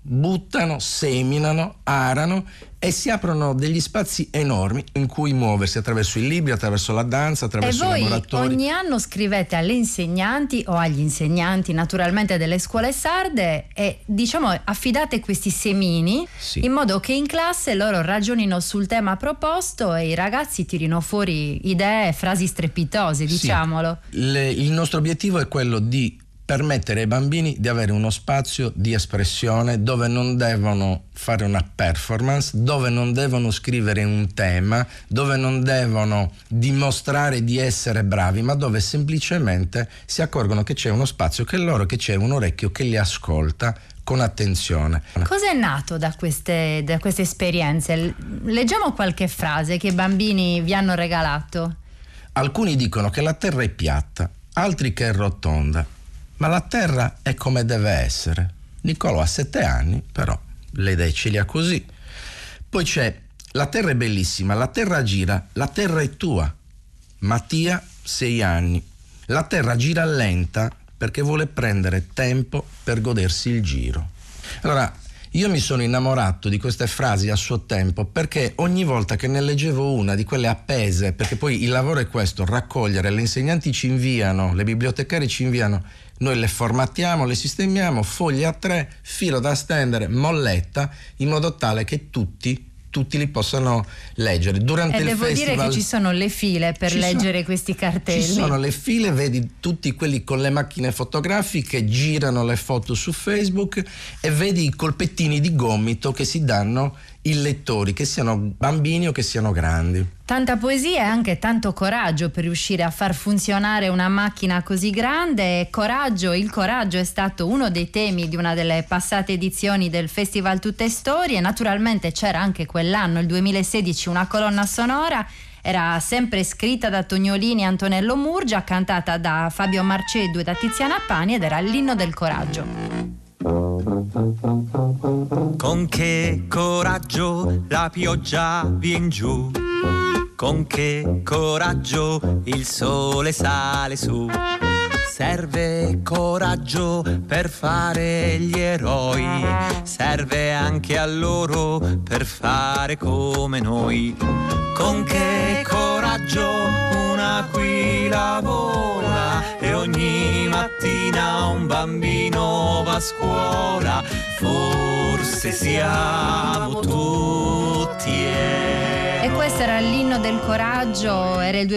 seminano, arano e si aprono degli spazi enormi in cui muoversi attraverso i libri, attraverso la danza, attraverso i laboratori. E voi ogni anno scrivete alle insegnanti o agli insegnanti naturalmente delle scuole sarde e affidate questi semini, sì, in modo che in classe loro ragionino sul tema proposto e i ragazzi tirino fuori idee, frasi strepitose, diciamolo. Sì. Il nostro obiettivo è quello di permettere ai bambini di avere uno spazio di espressione dove non devono fare una performance, dove non devono scrivere un tema, dove non devono dimostrare di essere bravi, ma dove semplicemente si accorgono che c'è uno spazio, che c'è un orecchio che li ascolta con attenzione. Cosa è nato da queste esperienze? Leggiamo qualche frase che i bambini vi hanno regalato. Alcuni dicono che la terra è piatta, altri che è rotonda, ma la terra è come deve essere. Niccolò ha 7 anni, però le idee ce li ha così. Poi c'è: la terra è bellissima, la terra gira, la terra è tua. Mattia, 6 anni. La terra gira lenta perché vuole prendere tempo per godersi il giro. Allora, io mi sono innamorato di queste frasi a suo tempo perché ogni volta che ne leggevo una di quelle appese, perché poi il lavoro è questo, raccogliere, le insegnanti ci inviano, le bibliotecari ci inviano, noi le formattiamo, le sistemiamo, foglie a 3, filo da stendere, molletta, in modo tale che tutti li possano leggere. Durante il devo festival dire che ci sono le file per leggere questi cartelli. Ci sono le file, vedi tutti quelli con le macchine fotografiche, girano le foto su Facebook e vedi i colpettini di gomito che si danno i lettori, che siano bambini o che siano grandi. Tanta poesia e anche tanto coraggio per riuscire a far funzionare una macchina così grande. Il coraggio è stato uno dei temi di una delle passate edizioni del Festival Tutte Storie. Naturalmente c'era anche quell'anno, il 2016, una colonna sonora. Era sempre scritta da Tognolini e Antonello Murgia, cantata da Fabio Marceddu e da Tiziana Pani, ed era l'inno del coraggio. Con che coraggio la pioggia vien giù, con che coraggio il sole sale su. Serve coraggio per fare gli eroi, serve anche a loro per fare come noi. Con che coraggio un'aquila vola e ogni mattina un bambino va a scuola. Forse siamo tutti E questo era l'inno del coraggio, era il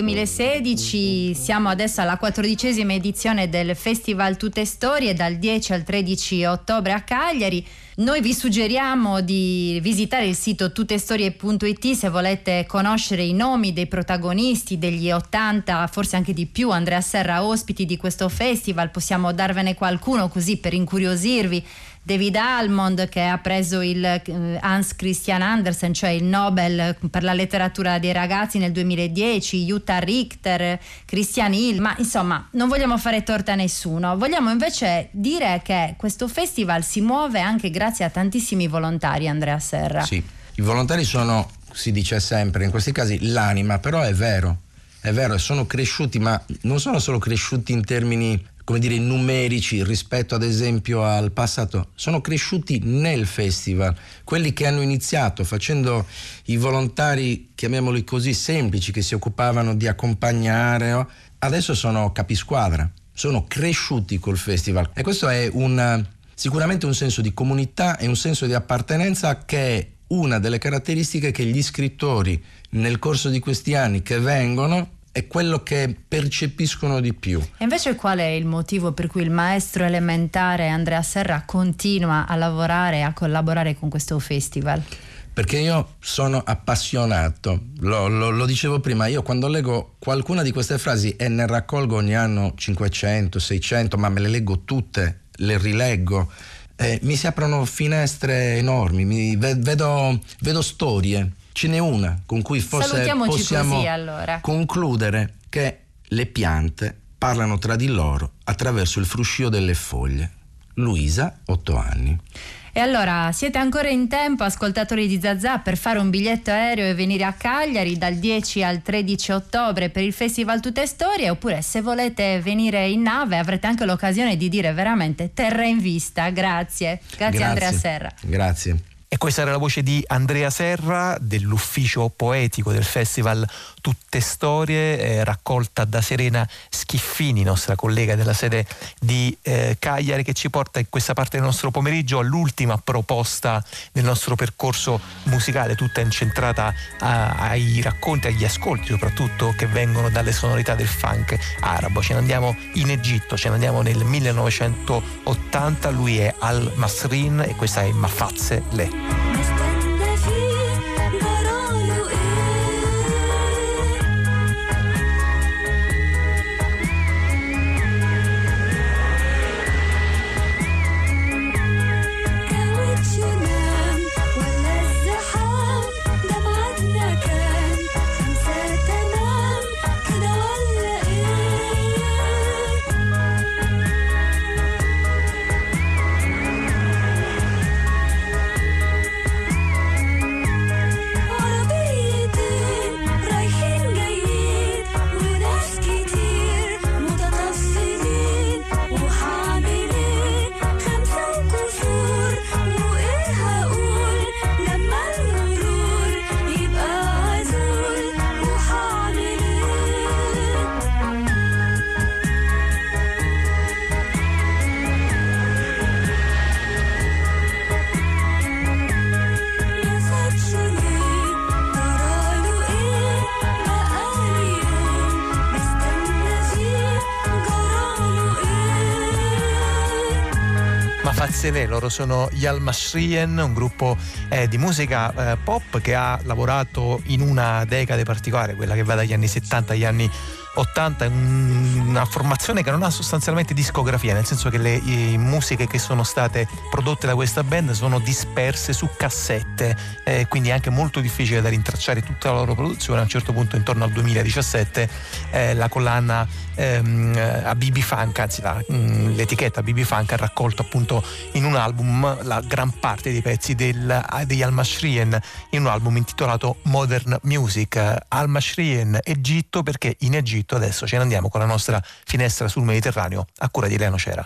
2016, siamo adesso alla 14ª edizione del Festival Tutte Storie dal 10 al 13 ottobre a Cagliari. Noi vi suggeriamo di visitare il sito tuttestorie.it se volete conoscere i nomi dei protagonisti degli 80, forse anche di più, Andrea Serra ospiti di questo festival. Possiamo darvene qualcuno così per incuriosirvi. David Almond, che ha preso il Hans Christian Andersen, cioè il Nobel per la letteratura dei ragazzi nel 2010, Jutta Richter, Christian Hill, ma insomma non vogliamo fare torta a nessuno, vogliamo invece dire che questo festival si muove anche grazie a tantissimi volontari, Andrea Serra. Sì, i volontari sono, si dice sempre in questi casi, l'anima, però è vero, e sono cresciuti, ma non sono solo cresciuti in termini, come dire, numerici rispetto ad esempio al passato, sono cresciuti nel festival. Quelli che hanno iniziato facendo i volontari, chiamiamoli così, semplici, che si occupavano di accompagnare, adesso sono capisquadra, sono cresciuti col festival, e questo è sicuramente un senso di comunità e un senso di appartenenza che è una delle caratteristiche che gli scrittori nel corso di questi anni che vengono è quello che percepiscono di più. E invece qual è il motivo per cui il maestro elementare Andrea Serra continua a lavorare e a collaborare con questo festival? Perché io sono appassionato, lo dicevo prima, io quando leggo qualcuna di queste frasi e ne raccolgo ogni anno 500, 600, ma me le leggo tutte, le rileggo, mi si aprono finestre enormi, vedo storie. Ce n'è una con cui forse possiamo così, allora, concludere che le piante parlano tra di loro attraverso il fruscio delle foglie. Luisa, 8 anni. E allora siete ancora in tempo, ascoltatori di Zazà, per fare un biglietto aereo e venire a Cagliari dal 10 al 13 ottobre per il Festival Tutte Storie, oppure se volete venire in nave avrete anche l'occasione di dire veramente terra in vista. Grazie Andrea Serra. Grazie. E questa era la voce di Andrea Serra dell'ufficio poetico del Festival Tutte Storie, raccolta da Serena Schiffini, nostra collega della sede di Cagliari, che ci porta in questa parte del nostro pomeriggio all'ultima proposta del nostro percorso musicale, tutta incentrata ai racconti, agli ascolti soprattutto, che vengono dalle sonorità del funk arabo. Ce ne andiamo in Egitto, ce ne andiamo nel 1980, lui è Al Masrin e questa è Mafazze Le. Loro sono gli Al Mashrien, un gruppo di musica pop che ha lavorato in una decade particolare, quella che va dagli anni 70 agli anni 80, una formazione che non ha sostanzialmente discografia, nel senso che le musiche che sono state prodotte da questa band sono disperse su cassette, quindi è anche molto difficile da rintracciare tutta la loro produzione. A un certo punto, intorno al 2017, la collana Habibi Funk, anzi l'etichetta Habibi Funk, ha raccolto appunto in un album la gran parte dei pezzi degli Al Mashrien, in un album intitolato Modern Music. Al Mashrien Egitto, perché in Egitto Egitto. Adesso ce ne andiamo con la nostra finestra sul Mediterraneo a cura di Elena Cera.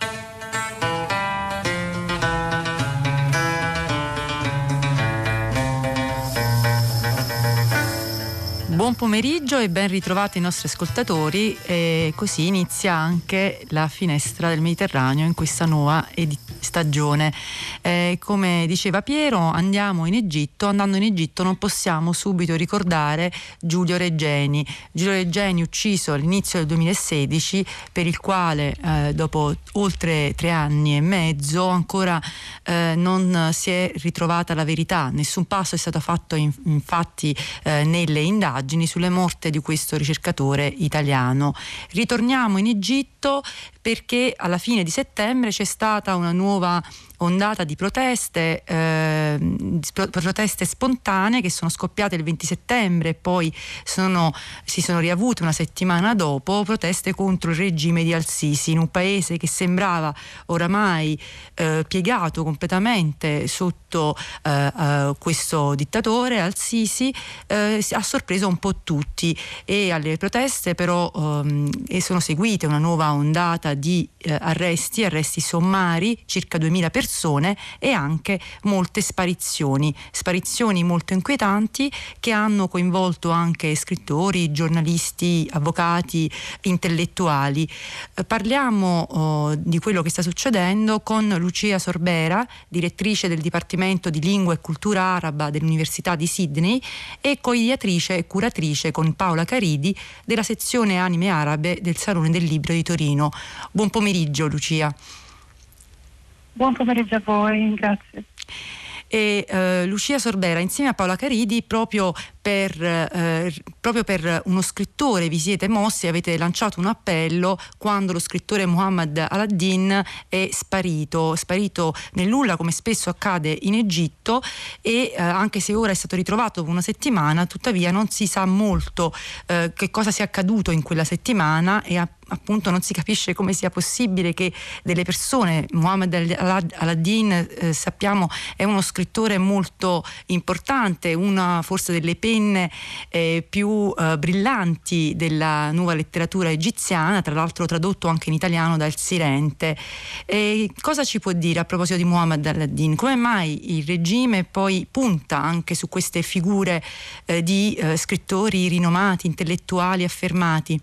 Buon pomeriggio e ben ritrovati i nostri ascoltatori, e così inizia anche la finestra del Mediterraneo in questa nuova stagione. Come diceva Piero, andando in Egitto non possiamo subito ricordare Giulio Regeni, ucciso all'inizio del 2016, per il quale dopo oltre 3 anni e mezzo ancora non si è ritrovata la verità. Nessun passo è stato fatto infatti nelle indagini sulle morte di questo ricercatore italiano. Ritorniamo in Egitto perché alla fine di settembre c'è stata una nuova ondata di proteste spontanee che sono scoppiate il 20 settembre e poi si sono riavute una settimana dopo, proteste contro il regime di Al-Sisi in un paese che sembrava oramai piegato completamente sotto questo dittatore. Al-Sisi ha sorpreso un po' tutti, e alle proteste però sono seguite una nuova ondata di arresti sommari, circa 2000 persone, e anche molte sparizioni molto inquietanti che hanno coinvolto anche scrittori, giornalisti, avvocati, intellettuali. Parliamo di quello che sta succedendo con Lucia Sorbera, direttrice del Dipartimento di Lingua e Cultura Araba dell'Università di Sydney e coideatrice e curatrice con Paola Caridi della sezione Anime Arabe del Salone del Libro di Torino. Buon pomeriggio Lucia. Buon pomeriggio a voi, grazie. E Lucia Sorbera insieme a Paola Caridi proprio per uno scrittore vi siete mossi, avete lanciato un appello quando lo scrittore Muhammad al-Din è sparito nel nulla, come spesso accade in Egitto, e anche se ora è stato ritrovato dopo una settimana, tuttavia non si sa molto che cosa sia accaduto in quella settimana, e appunto non si capisce come sia possibile che delle persone, Muhammad al-Din sappiamo è uno scrittore molto importante, una forse delle penne più brillanti della nuova letteratura egiziana, tra l'altro tradotto anche in italiano dal Sirente. Cosa ci può dire a proposito di Muhammad al-Din? Come mai il regime poi punta anche su queste figure di scrittori rinomati, intellettuali affermati?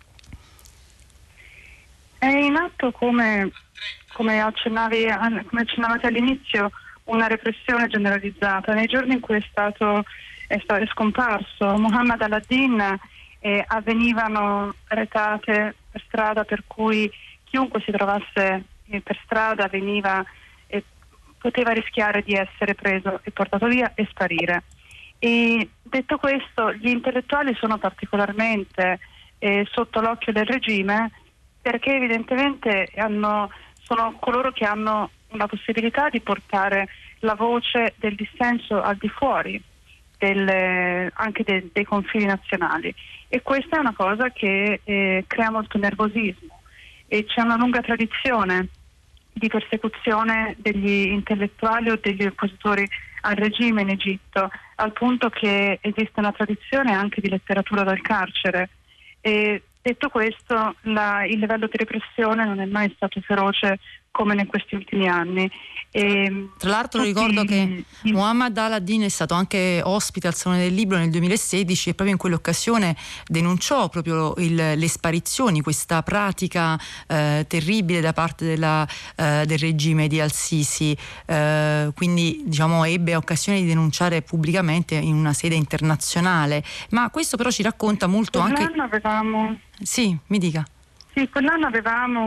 È in atto, come accennavate all'inizio, una repressione generalizzata. Nei giorni in cui è scomparso Muhammad al-Din avvenivano retate per strada, per cui chiunque si trovasse per strada poteva rischiare di essere preso e portato via e sparire. E detto questo, gli intellettuali sono particolarmente sotto l'occhio del regime, perché evidentemente sono coloro che hanno la possibilità di portare la voce del dissenso al di fuori anche dei confini nazionali, e questa è una cosa che crea molto nervosismo, e c'è una lunga tradizione di persecuzione degli intellettuali o degli oppositori al regime in Egitto, al punto che esiste una tradizione anche di letteratura dal carcere. E detto questo, il livello di repressione non è mai stato feroce come in questi ultimi anni. Tra l'altro ricordo che Muhammad al-Din è stato anche ospite al Salone del Libro nel 2016 e proprio in quell'occasione denunciò proprio le sparizioni, questa pratica terribile da parte del regime di Al-Sisi, quindi diciamo ebbe occasione di denunciare pubblicamente in una sede internazionale. Ma questo però ci racconta molto anche... Sì, mi dica. Sì, quell'anno avevamo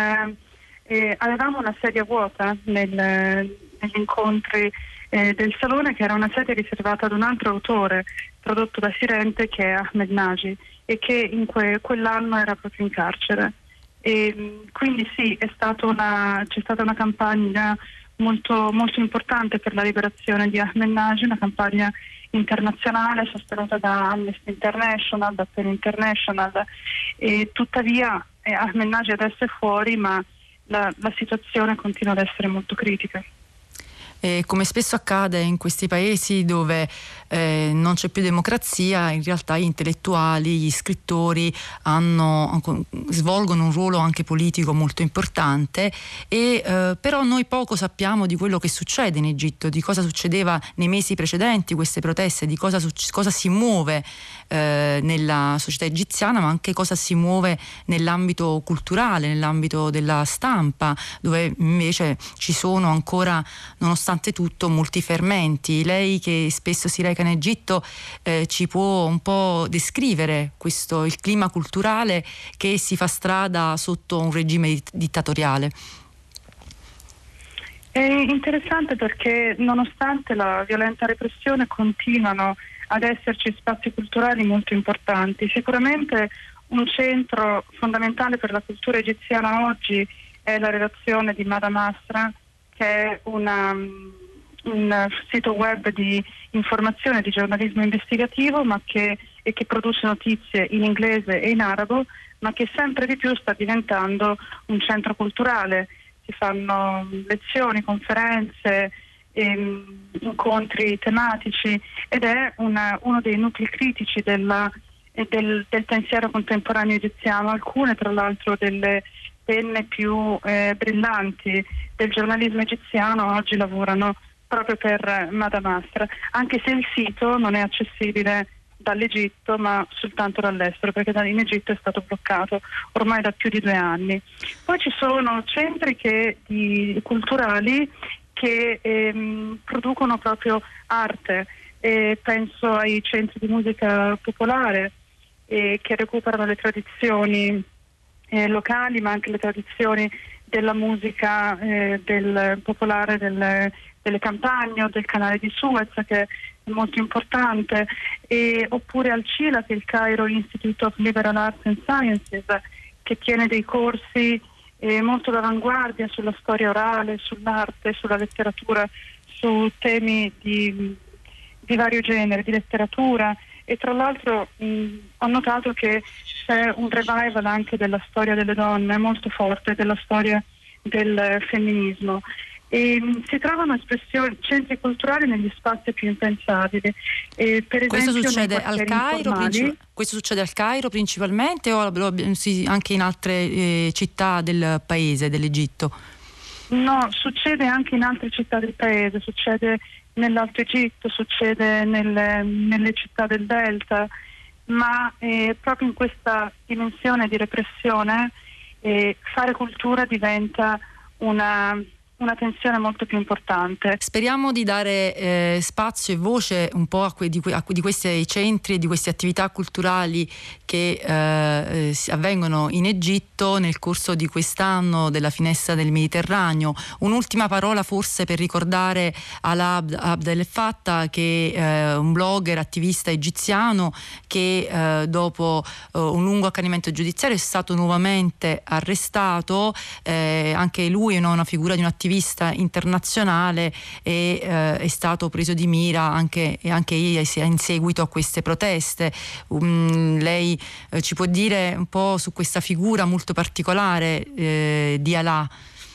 una sedia vuota negli incontri del Salone, che era una sedia riservata ad un altro autore tradotto da Sirente, che è Ahmed Nagy, e che quell'anno era proprio in carcere. E quindi sì, c'è stata una campagna molto, molto importante per la liberazione di Ahmed Nagy, una campagna internazionale sostenuta da Amnesty International, da PEN International, e tuttavia Ahmed Nagy adesso è fuori, ma la situazione continua ad essere molto critica. Come spesso accade in questi paesi dove non c'è più democrazia, in realtà gli intellettuali, gli scrittori svolgono un ruolo anche politico molto importante, e però noi poco sappiamo di quello che succede in Egitto, di cosa succedeva nei mesi precedenti queste proteste, di cosa si muove nella società egiziana, ma anche cosa si muove nell'ambito culturale, nell'ambito della stampa, dove invece ci sono ancora, nonostante tutto, molti fermenti. Lei, che spesso si reca in Egitto, ci può un po' descrivere il clima culturale che si fa strada sotto un regime dittatoriale? È interessante perché nonostante la violenta repressione continuano ad esserci spazi culturali molto importanti. Sicuramente un centro fondamentale per la cultura egiziana oggi è la redazione di Madame Asra, che è un sito web di informazione, di giornalismo investigativo, che produce notizie in inglese e in arabo, ma che sempre di più sta diventando un centro culturale. Si fanno lezioni, conferenze, incontri tematici, ed è uno dei nuclei critici del pensiero contemporaneo egiziano. Alcune, tra l'altro, delle penne più brillanti del giornalismo egiziano oggi lavorano proprio per Madame Asra, anche se il sito non è accessibile dall'Egitto ma soltanto dall'estero, perché in Egitto è stato bloccato ormai da più di 2 anni. Poi ci sono centri culturali che producono proprio arte, penso ai centri di musica popolare che recuperano le tradizioni locali, ma anche le tradizioni della musica del popolare delle campagne o del canale di Suez, che è molto importante, oppure al CILA, che è il Cairo Institute of Liberal Arts and Sciences, che tiene dei corsi molto d'avanguardia sulla storia orale, sull'arte, sulla letteratura, su temi di vario genere, di letteratura. E tra l'altro ho notato che c'è un revival anche della storia delle donne molto forte, della storia del femminismo, e si trovano centri culturali negli spazi più impensabili. Per Questo esempio, succede al Cairo, questo succede al Cairo principalmente, o anche in altre città del paese, dell'Egitto? No, succede anche in altre città del paese, succede nell'Alto Egitto, succede nelle città del Delta, ma proprio in questa dimensione di repressione fare cultura diventa una tensione molto più importante. Speriamo di dare spazio e voce un po' di questi centri e di queste attività culturali che avvengono in Egitto nel corso di quest'anno della Finestra del Mediterraneo. Un'ultima parola forse per ricordare Alaa Abdel Fattah, che è un blogger attivista egiziano che dopo un lungo accanimento giudiziario è stato nuovamente arrestato. Anche lui è una figura di un attivista internazionale e è stato preso di mira anche in seguito a queste proteste. Lei ci può dire un po' su questa figura molto particolare di Alaa?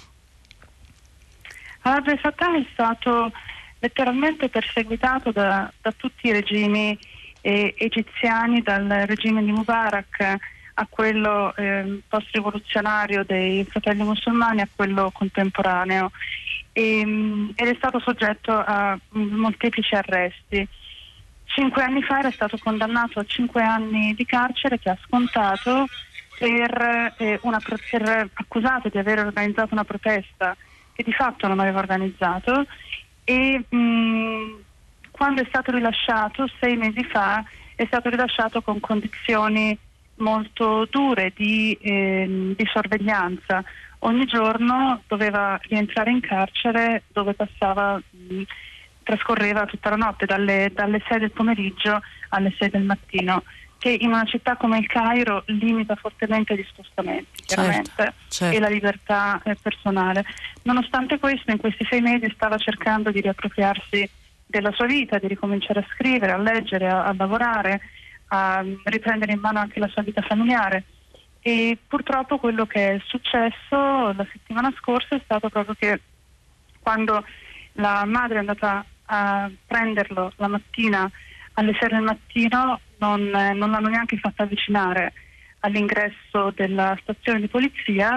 Abdel Fattah è stato letteralmente perseguitato da tutti i regimi egiziani, dal regime di Mubarak a quello post-rivoluzionario dei Fratelli Musulmani, a quello contemporaneo, ed è stato soggetto a molteplici arresti. 5 anni fa era stato condannato a 5 anni di carcere che ha scontato per accusato di aver organizzato una protesta che di fatto non aveva organizzato, e quando è stato rilasciato 6 mesi fa è stato rilasciato con condizioni molto dure di sorveglianza. Ogni giorno doveva rientrare in carcere, dove trascorreva tutta la notte, dalle 6 del pomeriggio alle 6 del mattino, che in una città come il Cairo limita fortemente gli spostamenti, chiaramente, certo. E la libertà personale. Nonostante questo, in questi 6 mesi stava cercando di riappropriarsi della sua vita, di ricominciare a scrivere, a leggere, a lavorare, a riprendere in mano anche la sua vita familiare. E purtroppo quello che è successo la settimana scorsa è stato proprio che, quando la madre è andata a prenderlo la mattina alle 6 del mattino, non l'hanno neanche fatto avvicinare all'ingresso della stazione di polizia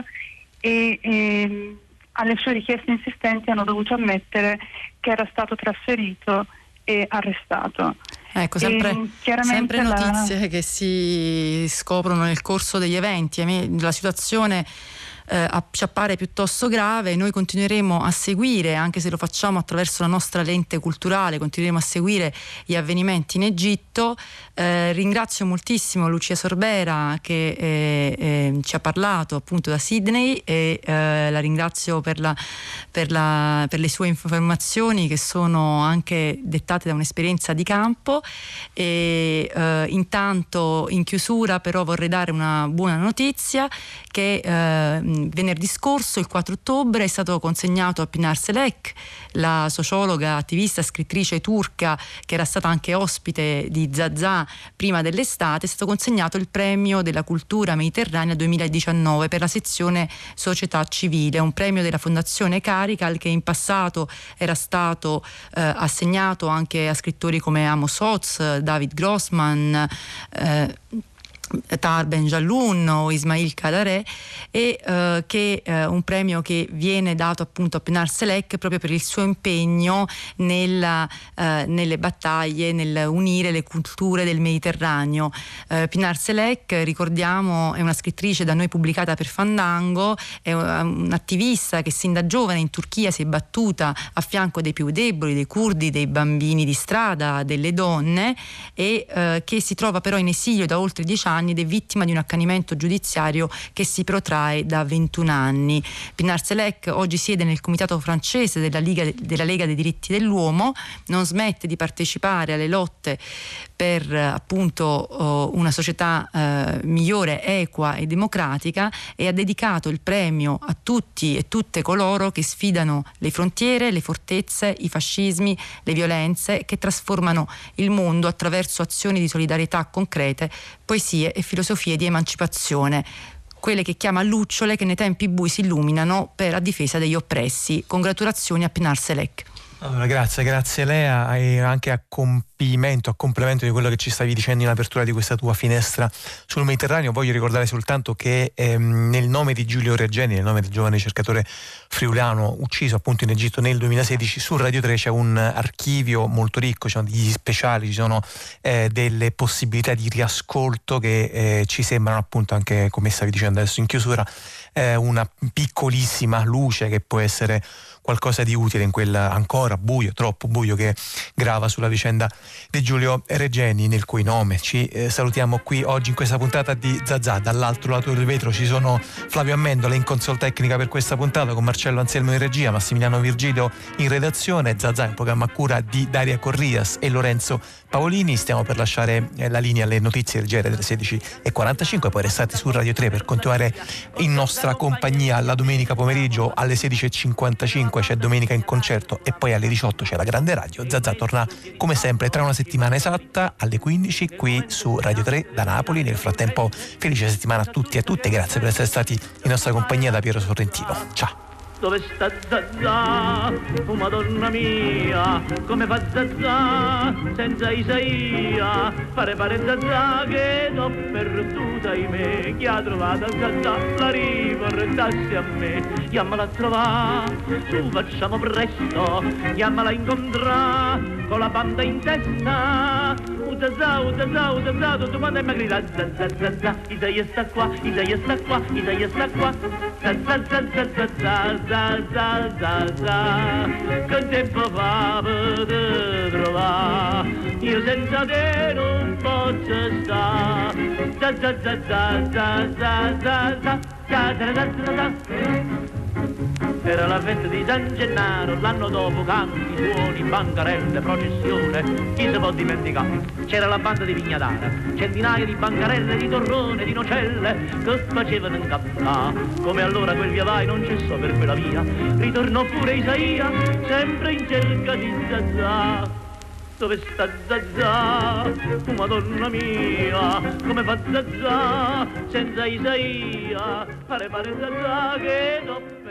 e alle sue richieste insistenti hanno dovuto ammettere che era stato trasferito e arrestato. Ecco, sempre notizie che si scoprono nel corso degli eventi. A me la situazione ci appare piuttosto grave. Noi continueremo a seguire, anche se lo facciamo attraverso la nostra lente culturale, continueremo a seguire gli avvenimenti in Egitto. Ringrazio moltissimo Lucia Sorbera che ci ha parlato appunto da Sydney e la ringrazio per le sue informazioni che sono anche dettate da un'esperienza di campo. E intanto in chiusura però vorrei dare una buona notizia che venerdì scorso, il 4 ottobre, è stato consegnato a Pinar Selek, la sociologa, attivista, scrittrice turca che era stata anche ospite di Zazà prima dell'estate, è stato consegnato il premio della cultura mediterranea 2019 per la sezione società civile, un premio della fondazione Carical che in passato era stato assegnato anche a scrittori come Amos Oz, David Grossman, Tahar Ben Jalloun o Ismail Kadare, e che un premio che viene dato appunto a Pinar Selek proprio per il suo impegno nelle battaglie, nel unire le culture del Mediterraneo. Pinar Selek, ricordiamo, è una scrittrice da noi pubblicata per Fandango, è un'attivista che sin da giovane in Turchia si è battuta a fianco dei più deboli, dei curdi, dei bambini di strada, delle donne, e che si trova però in esilio da oltre 10 anni ed è vittima di un accanimento giudiziario che si protrae da 21 anni. Pinar Selek oggi siede nel comitato francese della Lega dei diritti dell'uomo, non smette di partecipare alle lotte per appunto una società migliore, equa e democratica, e ha dedicato il premio a tutti e tutte coloro che sfidano le frontiere, le fortezze, i fascismi, le violenze, che trasformano il mondo attraverso azioni di solidarietà concrete, poesie e filosofie di emancipazione, quelle che chiama lucciole che nei tempi bui si illuminano a difesa degli oppressi. Congratulazioni a Pinar Selek. Allora, grazie Lea, e anche a complemento di quello che ci stavi dicendo in apertura di questa tua finestra sul Mediterraneo. Voglio ricordare soltanto che nel nome di Giulio Regeni, nel nome del giovane ricercatore friulano ucciso appunto in Egitto nel 2016, su Radio 3 c'è un archivio molto ricco, ci sono degli speciali, ci sono delle possibilità di riascolto che ci sembrano appunto, anche come stavi dicendo adesso in chiusura, una piccolissima luce che può essere qualcosa di utile in quel ancora buio, troppo buio, che grava sulla vicenda di Giulio Regeni, nel cui nome ci salutiamo qui oggi in questa puntata di Zazà. Dall'altro lato del vetro ci sono Flavio Amendola in console tecnica per questa puntata, con Marcello Anselmo in regia, Massimiliano Virgilio in redazione. Zazà è un programma a cura di Daria Corrias e Lorenzo Paolini. Stiamo per lasciare la linea alle notizie leggere delle 16:45, poi restate su Radio 3 per continuare in nostra compagnia. La domenica pomeriggio alle 16:55 c'è Domenica in Concerto e poi alle 18 c'è la Grande Radio. Zazà torna come sempre tra una settimana esatta alle 15 qui su Radio 3 da Napoli. Nel frattempo felice settimana a tutti e a tutte, grazie per essere stati in nostra compagnia da Piero Sorrentino. Ciao. Dove sta Zazà? Oh Madonna mia, come fa Zazà senza Isaia? Pare Zazà che l'ho perduta, ahimè. Chi ha trovato Zazà la riportassi a me. Chiamala a trovare, su facciamo presto. Chiamala a incontrare con la banda in testa. Zazà, tutto quanto mi grida Zazà, Isaia sta qua, Isaia sta qua, Isaia sta qua. Zazà, che tempo fa per trovare, io senza te non posso stare. Era la festa di San Gennaro, l'anno dopo canti, suoni, bancarelle, processione, chi si può dimenticare? C'era la banda di Vignadara, centinaia di bancarelle, di torrone, di nocelle, che facevano incappare. Come allora quel via vai non cessò per quella via, ritornò pure Isaia, sempre in cerca di Zazà. Dove sta Zazà? Oh Madonna mia, come fa Zazà senza Isaia? Pare Zazà che